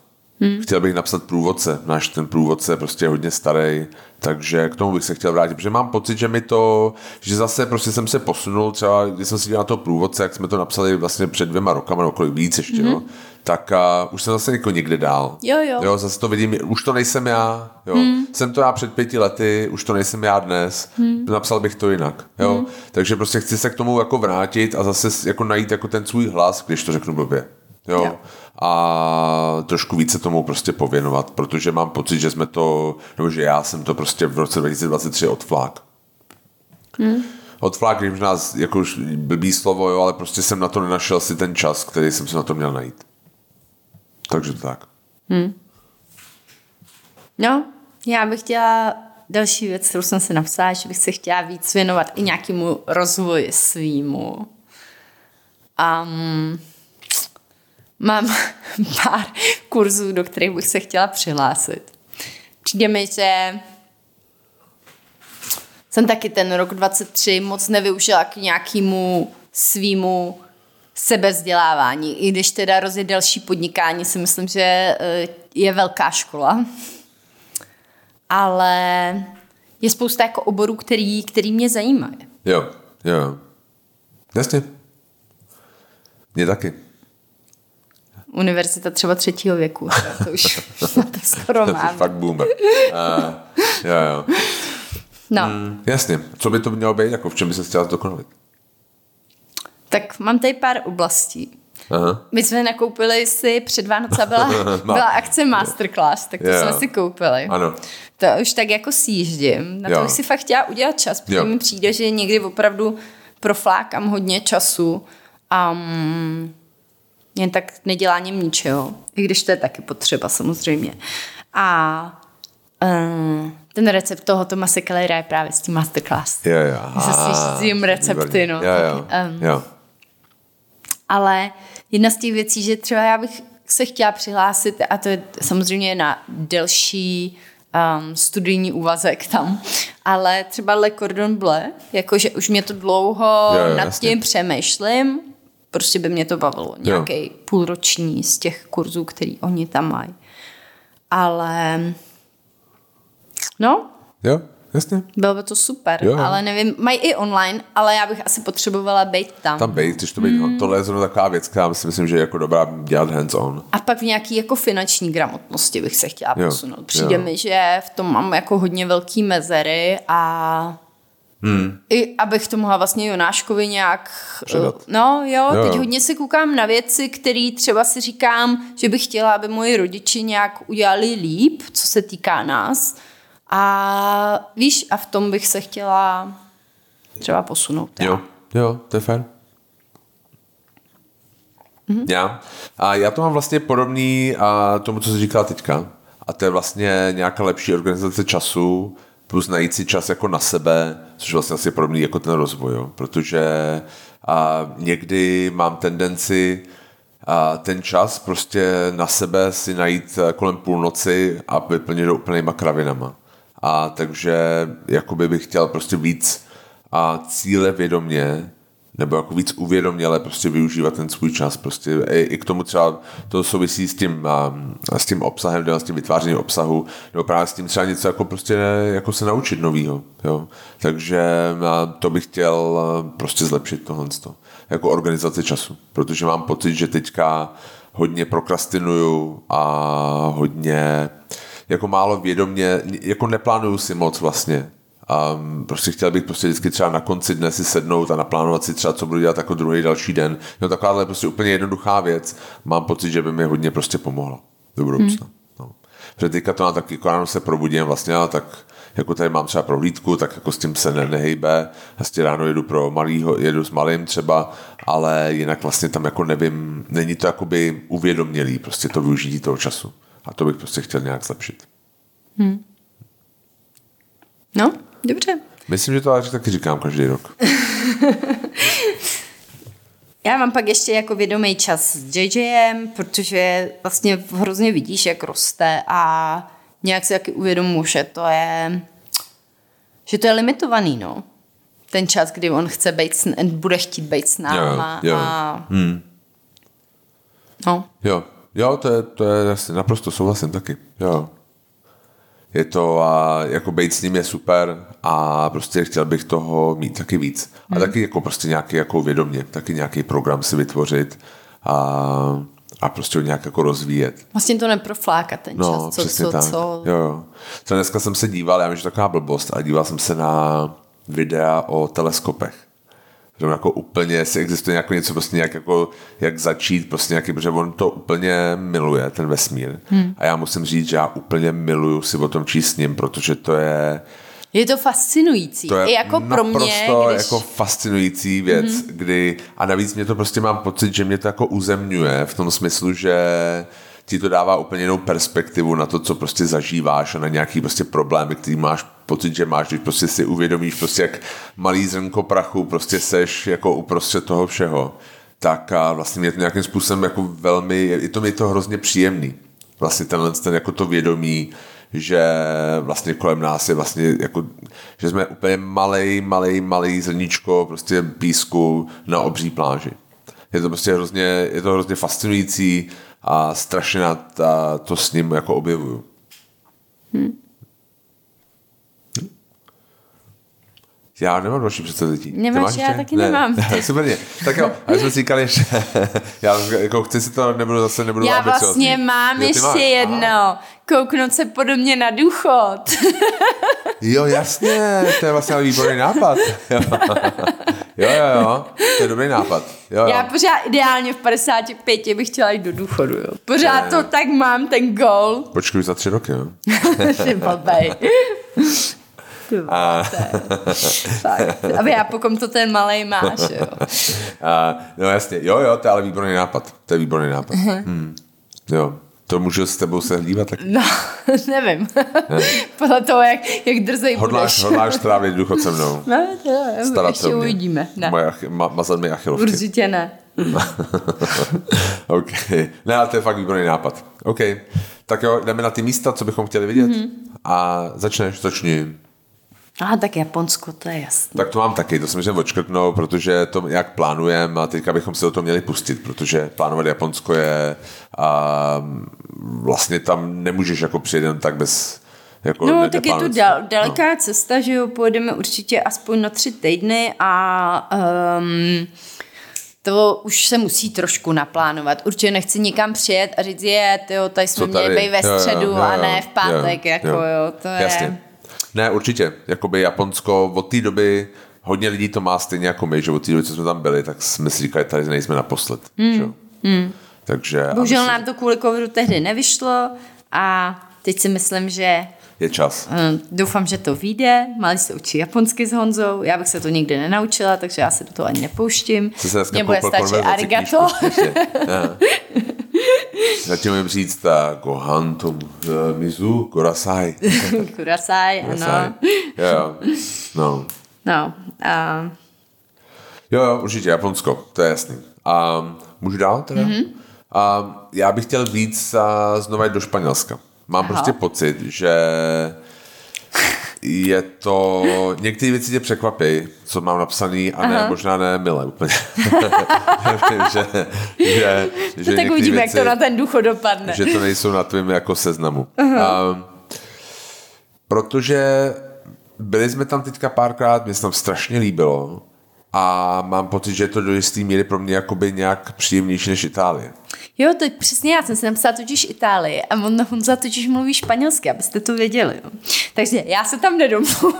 Chtěl bych napsat průvodce. Náš ten průvodce je prostě hodně starý, takže k tomu bych se chtěl vrátit, protože mám pocit, že zase prostě jsem se posunul, třeba když jsem si dělal toho průvodce, jak jsme to napsali vlastně před 2 rokama, nebo kolik víc ještě, tak už jsem zase jako někde dál.
Jo,
zase to vidím, už to nejsem já, jo. Jsem to já před 5 lety, už to nejsem já dnes, napsal bych to jinak, jo. Takže prostě chci se k tomu jako vrátit a zase jako najít jako ten svůj hlas, když to řeknu blbě. Jo. A trošku více tomu prostě pověnovat, protože mám pocit, že jsme to, nebo že já jsem to prostě v roce 2023 odflák. Odflák, když nás, jako už blbý slovo, jo, ale prostě jsem na to nenašel si ten čas, který jsem se na to měl najít. Takže to tak.
No, já bych chtěla další věc, kterou jsem si napsala, že bych se chtěla víc věnovat i nějakému rozvoji svýmu. Mám pár kurzů, do kterých bych se chtěla přihlásit. Přijde mi, že jsem taky ten rok 23 moc nevyužila k nějakému svýmu sebevzdělávání. I když teda rozjet další podnikání, si myslím, že je velká škola. Ale je spousta jako oborů, který mě zajímají.
Jo. Jasně. Mě taky.
Univerzita třeba 3. věku. To už to skoro máme.
Fakt boomer. Jo.
No.
Jasně. Co by to mělo být? Jako v čem by se chtěla zdokonalit?
Tak mám tady pár oblastí.
Aha.
My jsme nakoupili si před Vánoce byla akce Masterclass, tak to jsme si koupili.
Ano.
To už tak jako sjíždím. Na to bych si fakt chtěla udělat čas, protože mi přijde, že někdy opravdu proflákám hodně času a jen tak neděláním ničeho. I když to je taky potřeba samozřejmě. A ten recept toho Thomase Kellera je právě s tím Masterclass.
Jo.
Já si recepty, no.
Jo.
Ale jedna z těch věcí, že třeba já bych se chtěla přihlásit, a to je samozřejmě na delší studijní úvazek tam, ale třeba Le Cordon Bleu, jakože už mě to dlouho nad tím přemýšlím, prostě by mě to bavilo. Nějaký půlroční z těch kurzů, který oni tam mají. Ale
Jo, jasně.
Bylo by to super, ale nevím, mají i online, ale já bych asi potřebovala být tam.
Tam být, když to být, tohle je zrovna taková věc, která si myslím, že je jako dobrá dělat hands-on.
A pak v nějaký jako finanční gramotnosti bych se chtěla posunout. Přijde mi, že v tom mám jako hodně velký mezery a i abych to mohla vlastně Jonáškovi nějak
předat.
Teď hodně se koukám na věci, které třeba si říkám, že bych chtěla, aby moji rodiči nějak udělali líp, co se týká nás. A víš, a v tom bych se chtěla třeba posunout.
Jo, to je fér. Já to mám vlastně podobný tomu, co jsi říkala teďka. A to je vlastně nějaká lepší organizace času plus najít si čas jako na sebe, což vlastně asi je podobný jako ten rozvoj. Jo? Protože někdy mám tendenci ten čas prostě na sebe si najít kolem půlnoci a vyplnit do úplnýma kravinama. A takže jakoby bych chtěl prostě víc cíle vědomě nebo jako víc uvědoměle prostě využívat ten svůj čas. Prostě i k tomu třeba to souvisí s tím obsahem, s tím vytvářením obsahu, nebo právě s tím třeba něco jako prostě jako se naučit novýho. Jo. Takže to bych chtěl prostě zlepšit tohle. Jako organizaci času. Protože mám pocit, že teďka hodně prokrastinuju a hodně jako málo vědomě, jako neplánuju si moc vlastně. Prostě chtěl bych prostě vždycky třeba na konci dne si sednout a naplánovat si třeba, co budu dělat jako druhý další den. No takováhle prostě úplně jednoduchá věc. Mám pocit, že by mi hodně prostě pomohla do budoucna. No. Protože teďka to mám tak, jako ráno se probudím vlastně, tak jako tady mám třeba prohlídku, tak jako s tím se nehejbe. Vlastně ráno jedu s malým třeba, ale jinak vlastně tam jako nevím, není to jakoby uvědomělý prostě to využití toho času. A to bych prostě chtěl nějak zlepšit.
No, dobře.
Myslím, že to taky říkám každý rok.
Já mám pak ještě jako vědomý čas s JJem, protože vlastně hrozně vidíš, jak roste a nějak si taky uvědomuji, že to je limitovaný, no. Ten čas, kdy on bude chtít být s náma.
Jo.
No.
Jo, to je jasně, naprosto souhlasím taky. Jo. Je to, jako být s ním je super a prostě chtěl bych toho mít taky víc. A taky jako prostě nějaký jako vědomě, taky nějaký program si vytvořit a prostě ho nějak jako rozvíjet.
Vlastně to neproflákat ten čas.
No, přesně tak. Jo. Co dneska jsem se díval, já vím, že to taková blbost, ale díval jsem se na videa o teleskopech. Že jako úplně, jestli existuje nějaké něco prostě nějak jako, jak začít prostě nějaký, protože on to úplně miluje, ten vesmír. A já musím říct, že já úplně miluju si o tom číst s ním, protože to je...
Je to fascinující.
To je
i jako pro mě, když...
jako fascinující věc, kdy... A navíc mě to prostě mám pocit, že mě to jako uzemňuje v tom smyslu, že ti to dává úplně jinou perspektivu na to, co prostě zažíváš a na nějaký prostě problémy, který máš pocit, že máš, když prostě si uvědomíš prostě jak malý zrnko prachu prostě seš jako uprostřed toho všeho, tak a vlastně mě to nějakým způsobem jako velmi, je to hrozně příjemný. Vlastně ten jako to vědomí, že vlastně kolem nás je vlastně jako, že jsme úplně malej zrníčko prostě písku na obří pláži. Je to prostě hrozně fascinující a strašně to s ním jako objevuju. Já nemám další představití.
Nemáš, já taky nemám.
Superně. Tak jo, a jsme si říkali, že já jako chci si to, nebudu
já vlastně mám ještě jedno. Kouknout se podobně na důchod.
Jo, jasně, to je vlastně výborný nápad. Jo, to je dobrý nápad. Jo.
Já pořád ideálně v 55 bych chtěla jít do důchodu, jo. Pořád to tak mám, ten goal.
Počkej za 3 roky, jo.
Ty blbej. Aby já pokom to ten malej máš, jo.
No jasně, jo, to je ale výborný nápad. Jo. To můžu s tebou se hlívat taky?
No, nevím. Podle toho, jak drzej budeš.
Hodláš trávit důchod se mnou?
No, to ještě uvidíme.
Mazat mi achilovky.
Určitě ne.
OK. Ne, ale to je fakt výborný nápad. OK. Tak jo, jdeme na ty místa, co bychom chtěli vidět. A začni.
Tak Japonsko, to je jasné.
Tak to mám taky, to jsem že odškrtnou, protože to jak plánujeme a teďka bychom se do toho měli pustit, protože plánovat Japonsko je vlastně tam nemůžeš jako přijet jen tak bez jako
no, tak je to daleká cesta, že jo, pojedeme určitě aspoň na 3 týdny a to už se musí trošku naplánovat. Určitě nechci nikam přijet a říct, tady jsme měli být ve středu a ne v pátek, to je...
Jasně. Ne, určitě. Jakoby Japonsko od té doby hodně lidí to má stejně jako my, že od té doby, co jsme tam byli, tak jsme si říkali, tady nejsme naposled. Takže...
Bohužel nám to kvůli covidu tehdy nevyšlo a teď si myslím, že...
Je čas.
Doufám, že to vyjde. Mali se učí japonsky s Honzou. Já bych se to nikdy nenaučila, takže já se do toho ani nepouštím. Mně bude stačit arigato.
Zatím můžeme říct gohan to mizu, kurasai.
Kurasai, ano.
Jo, určitě Japonsko, to je jasný. Můžu dál teda? Já bych chtěl víc znova jít do Španělska. Mám prostě pocit, že je to... Některé věci tě překvapí, co mám napsaný, a ne, možná ne milé úplně. že
tak uvidíme, jak to na ten důchod dopadne.
Že to nejsou na tvým jako seznamu. Protože byli jsme tam teďka párkrát, mě se tam strašně líbilo a mám pocit, že je to do jistý míry pro mě jakoby nějak příjemnější než Itálie.
Jo, to přesně, já jsem si napsala totiž Itálii a Honza totiž mluví španělsky, abyste to věděli. Jo. Takže já se tam nedomluvím.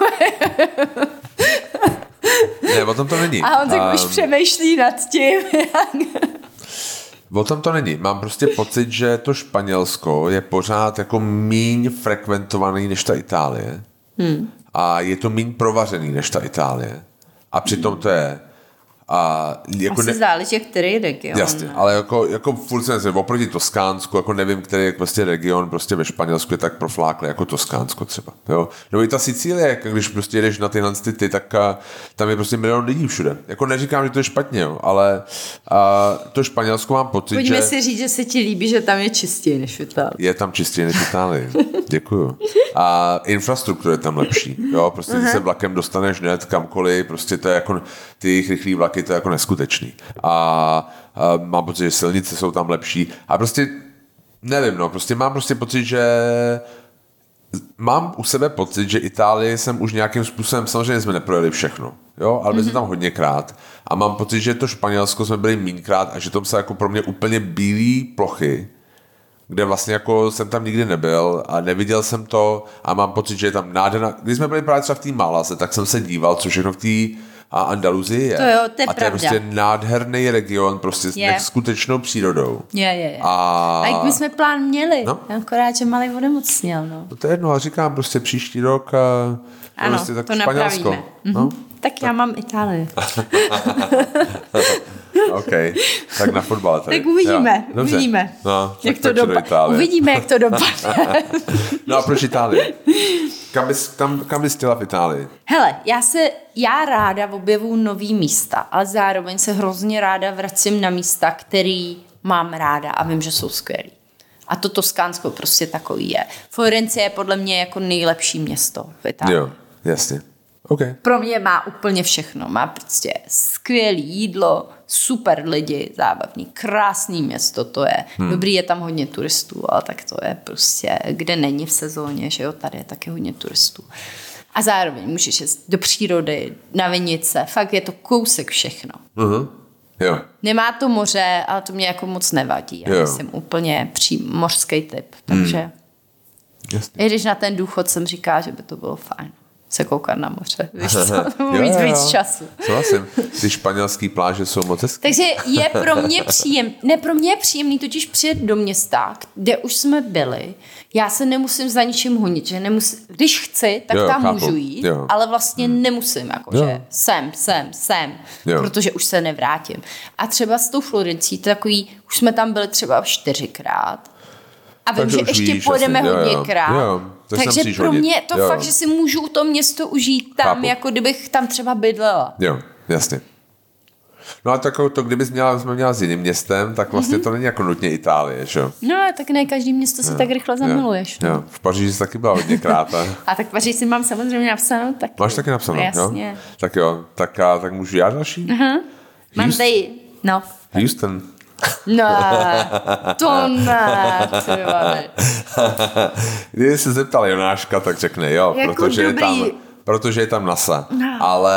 Ne, o tom to není.
A on už přemýšlí nad tím.
O tom to není. Mám prostě pocit, že to Španělsko je pořád jako míň frekventovaný než ta Itálie. A je to míň provařený než ta Itálie. A přitom to je...
Jako asi záleží, který region.
Jasně, ale jako furt se nezvím, oproti Toskánsku, jako nevím, který prostě region prostě ve Španělsku je tak profláklý jako Toskánsko třeba. Jo? Nebo i ta Sicílie, když prostě jedeš na tyhle ty, tak tam je prostě milion lidí všude. Jako neříkám, že to je špatně, jo, ale to Španělsko mám pocit,
Pojďme si říct, že se ti líbí, že tam je čistěji než v Itálii.
Je tam čistěji než v Itálii. Děkuju. A infrastruktura je tam lepší. Jo, prostě ty se vlakem dostaneš hned kamkoliv, prostě to je jako ty rychlý vlaky, to je jako neskutečný. A mám pocit, že silnice jsou tam lepší. A prostě Nevím, no, prostě mám pocit, že mám u sebe pocit, že Itálii jsem už nějakým způsobem, samozřejmě jsme neprojeli všechno, jo, ale byli jsme tam hodněkrát a mám pocit, že to Španělsko jsme byli mínkrát a že to se jako pro mě úplně bílý plochy, kde vlastně jako jsem tam nikdy nebyl a neviděl jsem to a mám pocit, že je tam nádherná. Když jsme byli právě třeba v té Málaze, tak jsem se díval, co všechno v té Andaluzii je.
To je
a to je prostě nádherný region, prostě s neskutečnou přírodou.
Je. A jak my jsme plán měli, akorát, že malý onemocněl. No
to je jedno, ale říkám prostě příští rok
ano,
prostě tak
to
Španělsko.
Napravíme. No? Tak já mám Itálii.
OK, tak na fotbale tady.
Tak uvidíme.
No,
jak to dopadne. Uvidíme, jak to dopadne.
No a proč Itálie? Kam bys chtěla v Itálii?
Hele, já ráda objevuju nový místa, ale zároveň se hrozně ráda vracím na místa, který mám ráda a vím, že jsou skvělý. A to Toskánsko prostě takový je. Florencie je podle mě jako nejlepší město v Itálii.
Jo, jasně. Okay.
Pro mě má úplně všechno. Má prostě skvělé jídlo, super lidi, zábavný, krásný město to je. Dobrý, je tam hodně turistů, ale tak to je prostě, kde není v sezóně, že jo, tady je taky hodně turistů. A zároveň můžeš jít do přírody, na vinice, fakt je to kousek všechno.
Jo.
Nemá to moře, ale to mě jako moc nevadí. Já jsem úplně mořský typ, takže i když na ten důchod jsem říká, že by to bylo fajn se koukat na moře. Víš co? Mít víc času.
Souhlasím. Ty španělský pláže jsou moc hezký.
Takže je pro mě je příjemný totiž přijet do města, kde už jsme byli. Já se nemusím za ničím honit. Že když chci, tak tam chápu. Můžu jít, ale vlastně nemusím. Jakože jsem. Protože už se nevrátím. A třeba s tou Florencí, to takový, už jsme tam byli třeba 4krát. A vím, že ještě pojedeme hodněkrát. Takže pro mě to fakt, že si můžu to město užít tam, chápu. Jako kdybych tam třeba bydlela.
Jo, jasně. No a to kdyby jsme měla s jiným městem, tak vlastně to není jako nutně Itálie, že jo?
No, tak ne každý město si tak rychle zamiluješ.
Jo. V Paříži jsi taky byla hodněkrát.
A tak Paříž si mám samozřejmě napsanou taky.
Máš taky napsanou,
jasně.
Jo? Tak jo, tak můžu já další?
Mám tady,
Houston.
No, to ne,
Když se zeptal Jonáška, tak řekne jo,
jako
protože je tam NASA. No. Ale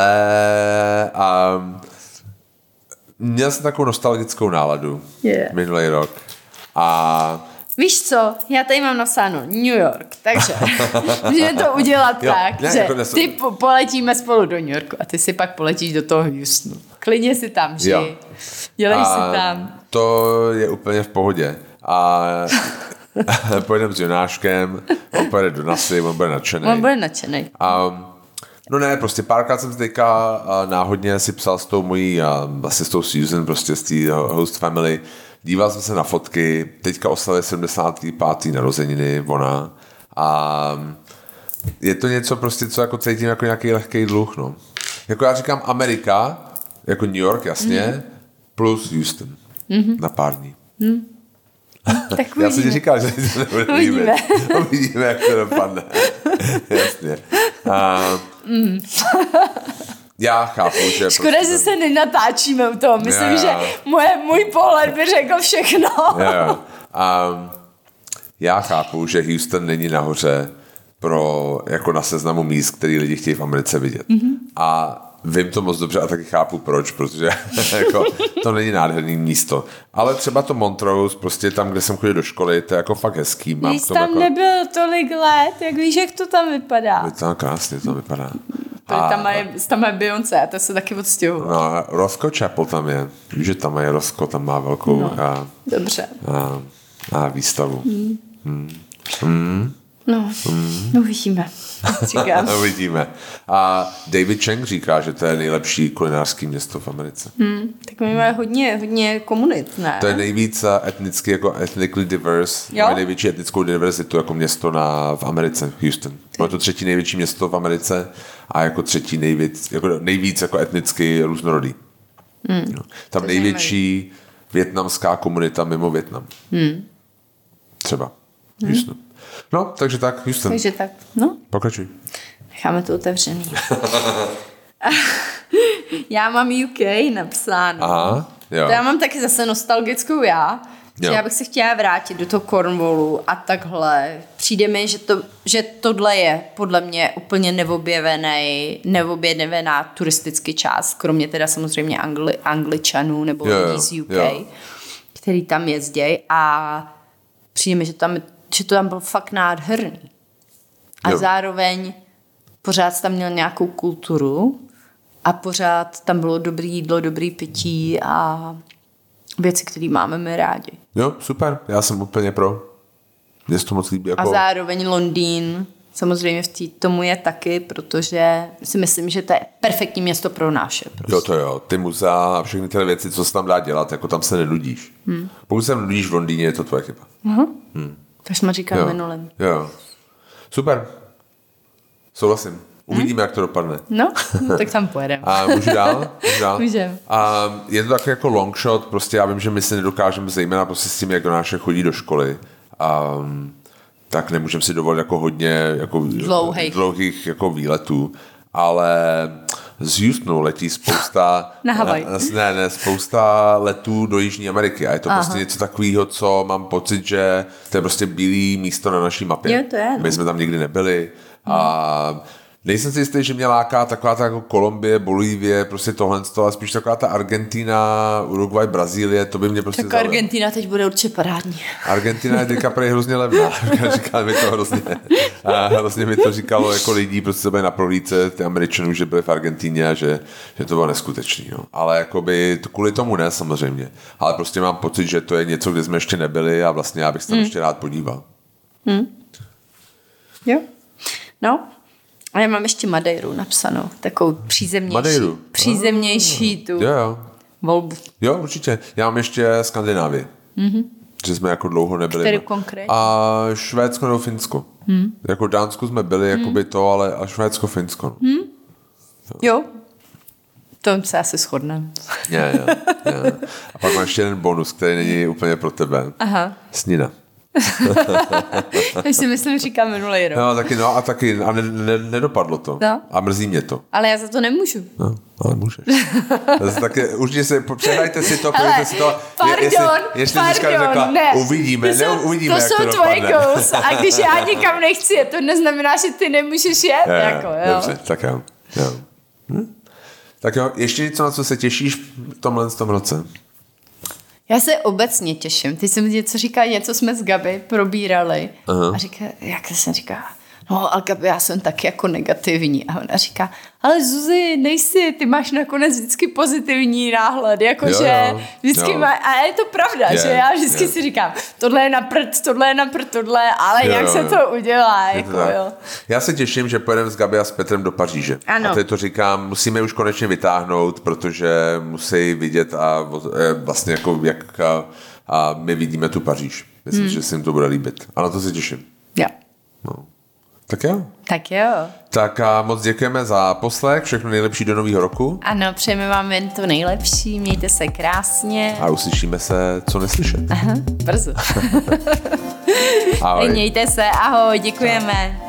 měl jsem takovou nostalgickou náladu minulý rok. A
víš co, já tady mám napsáno New York, takže můžeme to udělat tak, že ty poletíme spolu do New Yorku a ty si pak poletíš do toho Houstonu. Klidně si tam žij, dělej si tam.
To je úplně v pohodě. A pojedeme s Jonáškem, on pojede do NASA, on bude nadšenej. No ne, prostě párkrát jsem teďka náhodně si psal s tou mojí, asi s tou Susan, prostě s té host family. Díval jsem se na fotky, teďka oslavuje 75. narozeniny, ona. A je to něco prostě, co jako cítím jako nějaký lehký dluh, no. Jako já říkám Amerika, jako New York, jasně, plus Houston. Na pár dní.
Tak
já jsem ti říkal, že to nebude líbit. Uvidíme, jak to dopadne. Jasně. Já chápu, že...
Škoda, že se nenatáčíme u toho. Myslím, že můj pohled by řekl všechno.
Já chápu, že Houston není nahoře jako na seznamu míst, který lidi chtějí v Americe vidět. A vím to moc dobře a taky chápu proč, protože jako, to není nádherný místo. Ale třeba to Montrose, prostě tam, kde jsem chodil do školy, to je jako fakt hezký.
Jsi tam jako... nebyl tolik let, jak víš, jak to tam vypadá.
Je to krásně, to vypadá.
Tam je Beyoncé a to se taky odstěhují.
No, Roscoe Chapel tam je. Víš, že tam je Roscoe, tam má velkou
dobře.
výstavu.
Uvidíme.
Uvidíme. A David Chang říká, že to je nejlepší kulinářský město v Americe.
Tak my máme hodně komunit, ne?
To je nejvíc etnicky, jako ethnically diverse. Máme největší etnickou diverzitu jako město v Americe, Houston. Máme to 3. největší město v Americe a jako 3. nejvíc jako etnicky různorodý. Tam to největší vietnamská komunita mimo Vietnam. Třeba. Houston. No, takže tak, Houston.
Takže tak, no.
Pokračuj.
Necháme to otevřený. Já mám UK napsáno.
Aha, jo.
To já mám taky zase nostalgickou Já bych se chtěla vrátit do toho Cornwallu a takhle. Přijde mi, že tohle je podle mě úplně neobjevená turistický část, kromě teda samozřejmě Angličanů nebo lidí z UK, který tam jezdí a přijde mi, že to tam bylo fakt nádherný. A zároveň pořád tam měl nějakou kulturu a pořád tam bylo dobrý jídlo, dobrý pití a věci, které máme my rádi.
Jo, super, já jsem úplně pro. Mně se to moc líbí. Jako...
A zároveň Londýn samozřejmě tomu je taky, protože si myslím, že to je perfektní město pro naše. Prostě.
Jo, ty muzea a všechny ty věci, co se tam dá dělat, jako tam se nenudíš. Pokud se nudíš v Londýně, je to tvoje chyba.
To jsme říkali minulým.
Jo, super. Souhlasím. Uvidíme, jak to dopadne.
No, tak tam pojedeme.
A můžu dál?
Můžeme.
A je to takový jako long shot, prostě já vím, že my si nedokážeme zejména prostě s tím, jak naše chodí do školy. Tak nemůžeme si dovolit jako hodně jako dlouhých jako výletů, ale z Houstonu letí spousta
na Havaj.
Spousta letů do Jižní Ameriky a je to prostě něco takového, co mám pocit, že to je prostě bílý místo na naší mapě.
Jo, to je.
My jsme tam nikdy nebyli a nejsem si jistý, že mě láká taková ta jako Kolumbie, Bolívie, prostě tohle, ale spíš taková ta Argentina, Uruguay, Brazílie, to by mě prostě
tak zaujalo. Argentina teď bude určitě parádní.
Argentina je teďka prej hrozně levná. Říkali mi to hrozně. A hrozně mi to říkalo jako lidí, prostě se byli na prohlídce, ty Američanů, že byli v Argentíně a že to bylo neskutečný. No. Ale jakoby kvůli tomu ne samozřejmě. Ale prostě mám pocit, že to je něco, kde jsme ještě nebyli a vlastně já bych se tam ještě rád podíval.
Jo. No. A já mám ještě Madeiru napsanou, takovou přízemnější tu volbu.
Jo, určitě. Já mám ještě Skandinávii. Že jsme jako dlouho nebyli.
Který konkrétně?
A Švédsko nebo Finsko. Jako Dánsku jsme byli, jakoby to, ale a Švédsko, Finsko.
Jo. To se asi shodneme.
Jo. A pak mám ještě jeden bonus, který není úplně pro tebe.
Aha.
Snina.
Já si myslím, říkám minulej rok.
A taky nedopadlo to. No. A mrzí mě to.
Ale já za to nemůžu.
No, ale můžeš. Taky, určitě se, přehrajte si to,
pojďte si to. Pardon, ne.
Uvidíme,
to
jak
jsou tvoje goals. A když já nikam nechci jet, to neznamená, že ty nemůžeš jet. Jo.
Dobře, tak jo. Tak jo, ještě něco, na co se těšíš v tomhle roce?
Já se obecně těším. Teď jsem něco říkala, něco jsme s Gabi probírali. A jak jsem říkala, no ale Gabi, já jsem taky jako negativní. A ona říká, ale Zuzi, nejsi, ty máš nakonec vždycky pozitivní náhled, jakože vždycky máš, a je to pravda, že já vždycky si říkám, tohle je na prd, ale jak se to udělá, jako jo.
Já se těším, že pojedeme s Gabi a s Petrem do Paříže.
Ano.
A teď to říkám, musíme už konečně vytáhnout, protože musí vidět a vlastně jako jak a my vidíme tu Paříž. Myslím, že se jim to bude líbit. A na to se těším.
Jo.
No. Tak jo. Tak a moc děkujeme za poslech, všechno nejlepší do nového roku.
Ano, přejeme vám jen to nejlepší, mějte se krásně.
A uslyšíme se, co neslyšet.
Aha, brzo.
Ahoj.
Mějte se, ahoj, děkujeme.